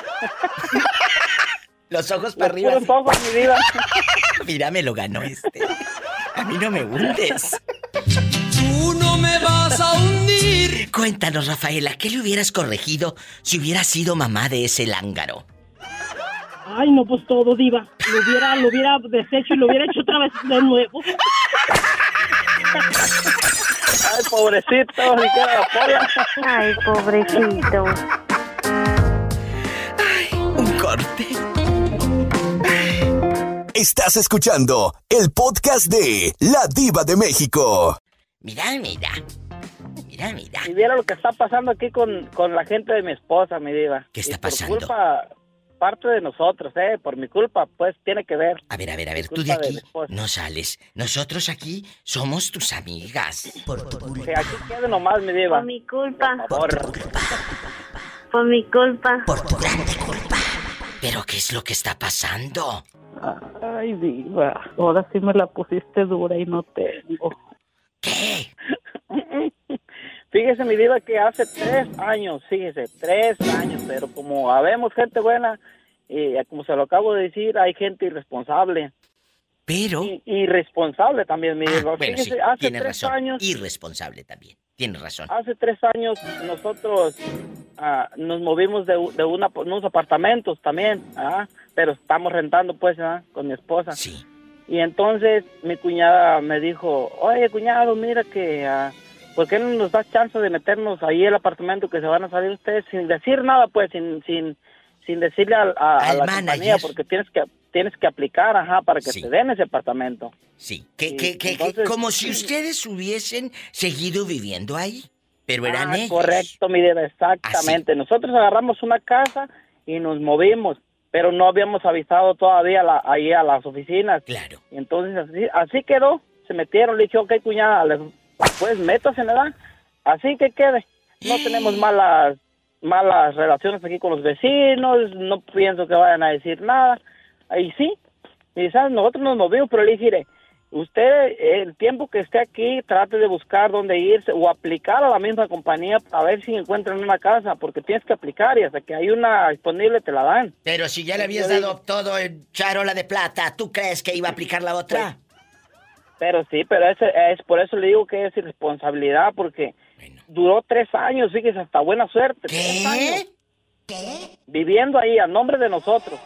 Los ojos para arriba. Los ojos, mi vida. Mira, me lo ganó este. A mí no me hundes. Tú no me vas a hundir. Cuéntanos, Rafaela, ¿qué le hubieras corregido si hubieras sido mamá de ese lángaro? Ay, no, pues todo, diva. Lo hubiera, lo hubiera deshecho y lo hubiera hecho otra vez de nuevo. Ay, pobrecito, ni que la polla. Ay, pobrecito. Ay, un corte. Estás escuchando el podcast de La Diva de México. Mira, mira. Mira, mira. Si viera lo que está pasando aquí con, con la gente de mi esposa, mi diva. ¿Qué está y por pasando? culpa, parte de nosotros, ¿eh? Por mi culpa, pues, tiene que ver. A ver, a ver, a ver, Por tú de culpa de aquí mi esposa. no sales. Nosotros aquí somos tus amigas. Por tu culpa. Que aquí quede nomás, mi diva. Por mi culpa. Por favor. Por mi culpa. Por tu grande culpa. ¿Pero qué es lo que está pasando? Ay, diva, ahora sí me la pusiste dura y no tengo. ¿Qué? Fíjese, mi diva, que hace tres años, fíjese, tres años, pero como habemos gente buena, y como se lo acabo de decir, hay gente irresponsable. Pero... Y, irresponsable también, mi diva. Ah, bueno, Fíjese, sí, hace tienes tres razón. años... Irresponsable también. Tienes razón. Hace tres años nosotros ah, nos movimos de, de una, unos apartamentos también, ¿ah? Pero estamos rentando pues ¿ah? Con mi esposa. Sí. Y entonces mi cuñada me dijo, oye cuñado, mira que, ah, ¿por qué no nos das chance de meternos ahí al apartamento que se van a salir ustedes sin decir nada pues, sin sin sin decirle a, a, a la compañía, porque tienes que tienes que aplicar, ajá, para que Sí. te den ese apartamento. Sí. Que, Sí, que, que, que entonces- como si ustedes hubiesen seguido viviendo ahí. Pero eran Ah, ellos. correcto, mi diva, exactamente. Nosotros agarramos una casa y nos movimos, pero no habíamos avisado todavía la, ahí a las oficinas. Claro. Y entonces así, así quedó, se metieron, le dije, ok, cuñada, le- pues métase, ¿verdad? Así que quede. No tenemos malas malas relaciones aquí con los vecinos, no pienso que vayan a decir nada. Ahí sí, y ¿sabes? Nosotros nos movimos, pero le dije, mire, usted el tiempo que esté aquí trate de buscar dónde irse o aplicar a la misma compañía a ver si encuentran una casa, porque tienes que aplicar y hasta que hay una disponible te la dan. Pero si ya le habías Yo dado digo- todo en charola de plata, ¿tú crees que iba a aplicar la otra? Pero sí, pero ese, es por eso le digo que es irresponsabilidad, porque duró tres años, fíjese, hasta buena suerte. Tres años. Viviendo ahí a nombre de nosotros.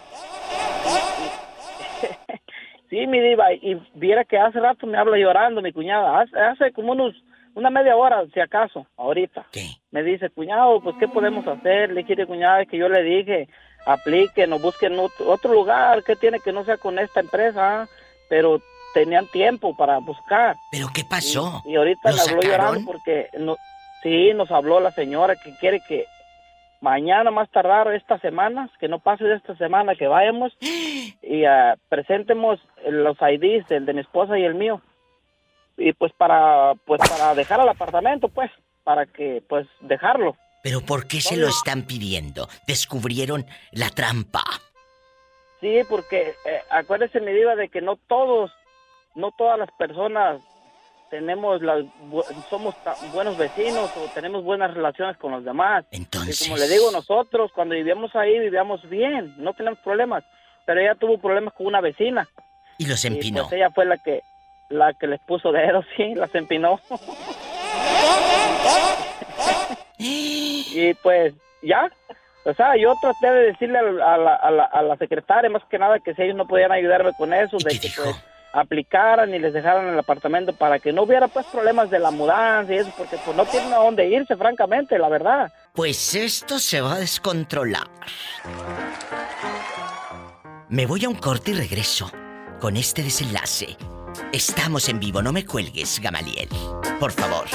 Sí, mi diva, y viera que hace rato me habla llorando mi cuñada, hace, hace como unos, una media hora, si acaso, ahorita. ¿Qué? Me dice, cuñado, pues, ¿qué podemos hacer? Le dije, cuñada, es que yo le dije, apliquen o busquen otro, otro lugar, que tiene que no sea con esta empresa, pero tenían tiempo para buscar. ¿Pero qué pasó? Y, y ahorita ¿Lo me habló sacaron? llorando porque, no, sí, nos habló la señora que quiere que mañana más tardar estas semanas, que no pase de esta semana, que vayamos y uh, presentemos los I Ds, el de mi esposa y el mío. Y pues para pues para dejar al apartamento, pues, para que pues dejarlo. ¿Pero por qué se lo están pidiendo? ¿Descubrieron la trampa? Sí, porque eh, acuérdese, mi diva, de que no todos, no todas las personas tenemos las bu- somos ta- buenos vecinos o tenemos buenas relaciones con los demás. Entonces... Y como le digo, nosotros cuando vivíamos ahí vivíamos bien, no tenemos problemas, pero ella tuvo problemas con una vecina. Y los Y empinó. pues ella fue la que la que les puso dedos, sí, las empinó. Y pues ya, o sea, yo traté de decirle a la, a la, a la, a la secretaria más que nada que si ellos no podían ayudarme con eso, de que pues aplicaran y les dejaran el apartamento para que no hubiera pues problemas de la mudanza y eso, porque pues no tienen a dónde irse, francamente, la verdad. Pues esto se va a descontrolar. Me voy a un corte y regreso. con este desenlace. Estamos en vivo, no me cuelgues, Gamaliel. Por favor.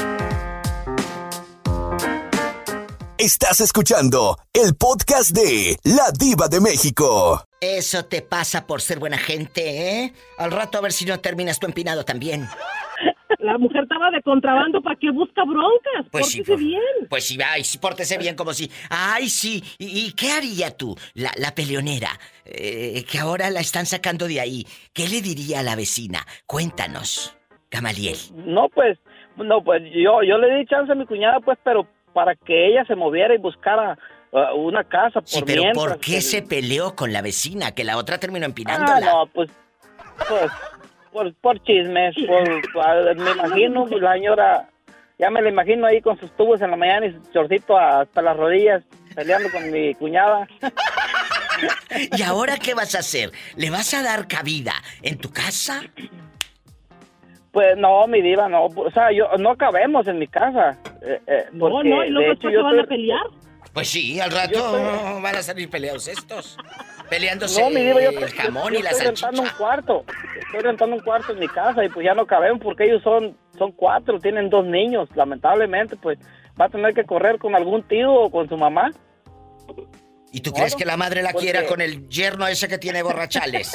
Estás escuchando el podcast de La Diva de México. Eso te pasa por ser buena gente, ¿eh? Al rato a ver si no terminas tú empinado también. La mujer estaba de contrabando, ¿para qué busca broncas? Pues Pórtese sí, por, bien. Pues sí, ay, sí, pórtese bien como si... Ay, sí. ¿Y, y qué haría tú, la, la peleonera, eh, que ahora la están sacando de ahí? ¿Qué le diría a la vecina? Cuéntanos, Gamaliel. No, pues, no, pues yo, yo le di chance a mi cuñada, pues, pero para que ella se moviera y buscara uh, una casa por Sí, pero mientras, ¿por qué que... se peleó con la vecina? Que la otra terminó empinándola. Ah, no, pues, pues, por, por chismes, por, por, me imagino, pues, la señora, ya me la imagino ahí con sus tubos en la mañana y su shortcito hasta las rodillas, peleando con mi cuñada. ¿Y ahora qué vas a hacer? ¿Le vas a dar cabida en tu casa? Pues no, mi diva, no, o sea, yo, no cabemos en mi casa. Eh, eh, No, porque, no, y luego de después hecho, se yo van a estoy- pelear. Pues sí, al rato Yo van a salir peleados estos. Peleándose No, mi diva, yo, el jamón yo y la estoy salchicha. rentando un cuarto. Estoy rentando un cuarto en mi casa y pues ya no cabemos porque ellos son, son cuatro, tienen dos niños. Lamentablemente, pues va a tener que correr con algún tío o con su mamá. ¿Y tú crees que la madre la porque- quiera con el yerno ese que tiene borrachales?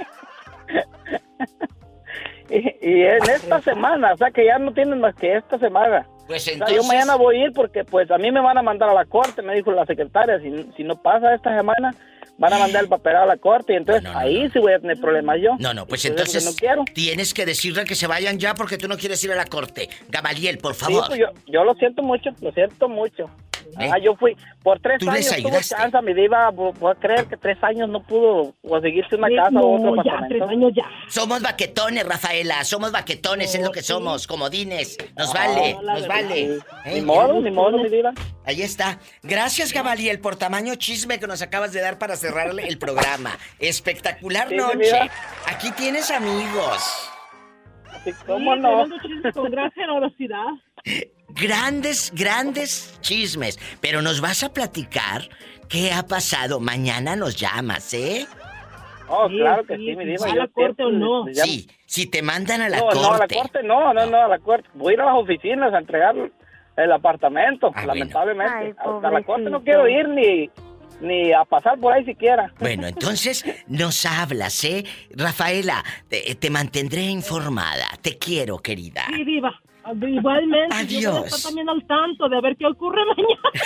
Y, y en esta semana, o sea que ya no tienen más que esta semana. Pues O sea, entonces... yo mañana voy a ir porque pues a mí me van a mandar a la corte, me dijo la secretaria. Si, si no pasa esta semana, van a mandar el papel a la corte y entonces No, no, no, ahí no. sí voy a tener problemas yo. No, no, pues Eso es lo que entonces no quiero. tienes que decirle que se vayan ya porque tú no quieres ir a la corte. Gamaliel, por Sí, favor. pues yo, yo lo siento mucho, lo siento mucho. ¿Eh? Ah, yo fui, por tres Tú les años tuvo ayudaste. chance, mi diva, puedo creer que tres años no pudo conseguirse una Sí, casa no, o otro ya, apartamento. tres años ya. Somos baquetones, Rafaela, somos baquetones, es lo que somos, comodines. Nos Ah, vale, la nos verdad, vale. sí. ¿Eh? Ni modo, ni modo, mi diva. Ahí está. Gracias, Gamaliel, por tamaño chisme que nos acabas de dar para cerrarle el programa. Espectacular Sí, mi noche. vida. Aquí tienes amigos. Sí, ¿cómo Sí, no? tremendo chisme con gran generosidad. Grandes, grandes chismes. Pero nos vas a platicar qué ha pasado. Mañana nos llamas, ¿eh? Oh, Sí, claro que sí, sí, mi diva. ¿va a yo la corte o siempre no? les llamo. Sí, si te mandan a la no, corte. no, a la corte no, no, no, a la corte. Voy a ir a las oficinas a entregar el apartamento, Ah, lamentablemente. Ay, a la corte no pobrecito. quiero ir ni, ni a pasar por ahí siquiera. Bueno, entonces nos hablas, ¿eh? Rafaela, te, te mantendré informada. Te quiero, querida. Sí, diva. Igualmente. Adiós. Yo voy a estar también al tanto de ver qué ocurre mañana.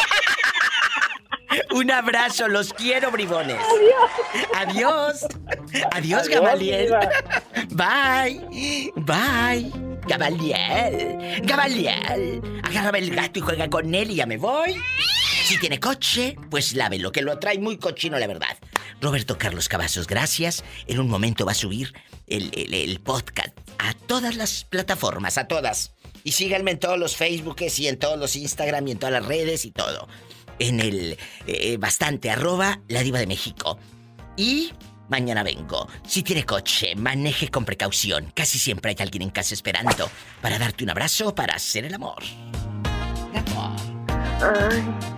Un abrazo, los quiero, bribones. Adiós. Adiós. Adiós, Adiós, Gamaliel. diva. Bye. Bye. Gamaliel. Gamaliel. Agárrame el gato y juega con él y ya me voy. Si tiene coche, pues lávelo, que lo trae muy cochino, la verdad. Roberto Carlos Cavazos, gracias. En un momento va a subir el, el, el podcast a todas las plataformas, a todas. Y síganme en todos los Facebooks y en todos los Instagram y en todas las redes y todo. En el eh, bastante arroba La Diva de México. Y mañana vengo. Si tiene coche, maneje con precaución. Casi siempre hay alguien en casa esperando para darte un abrazo, para hacer el amor. Mi amor. Ay.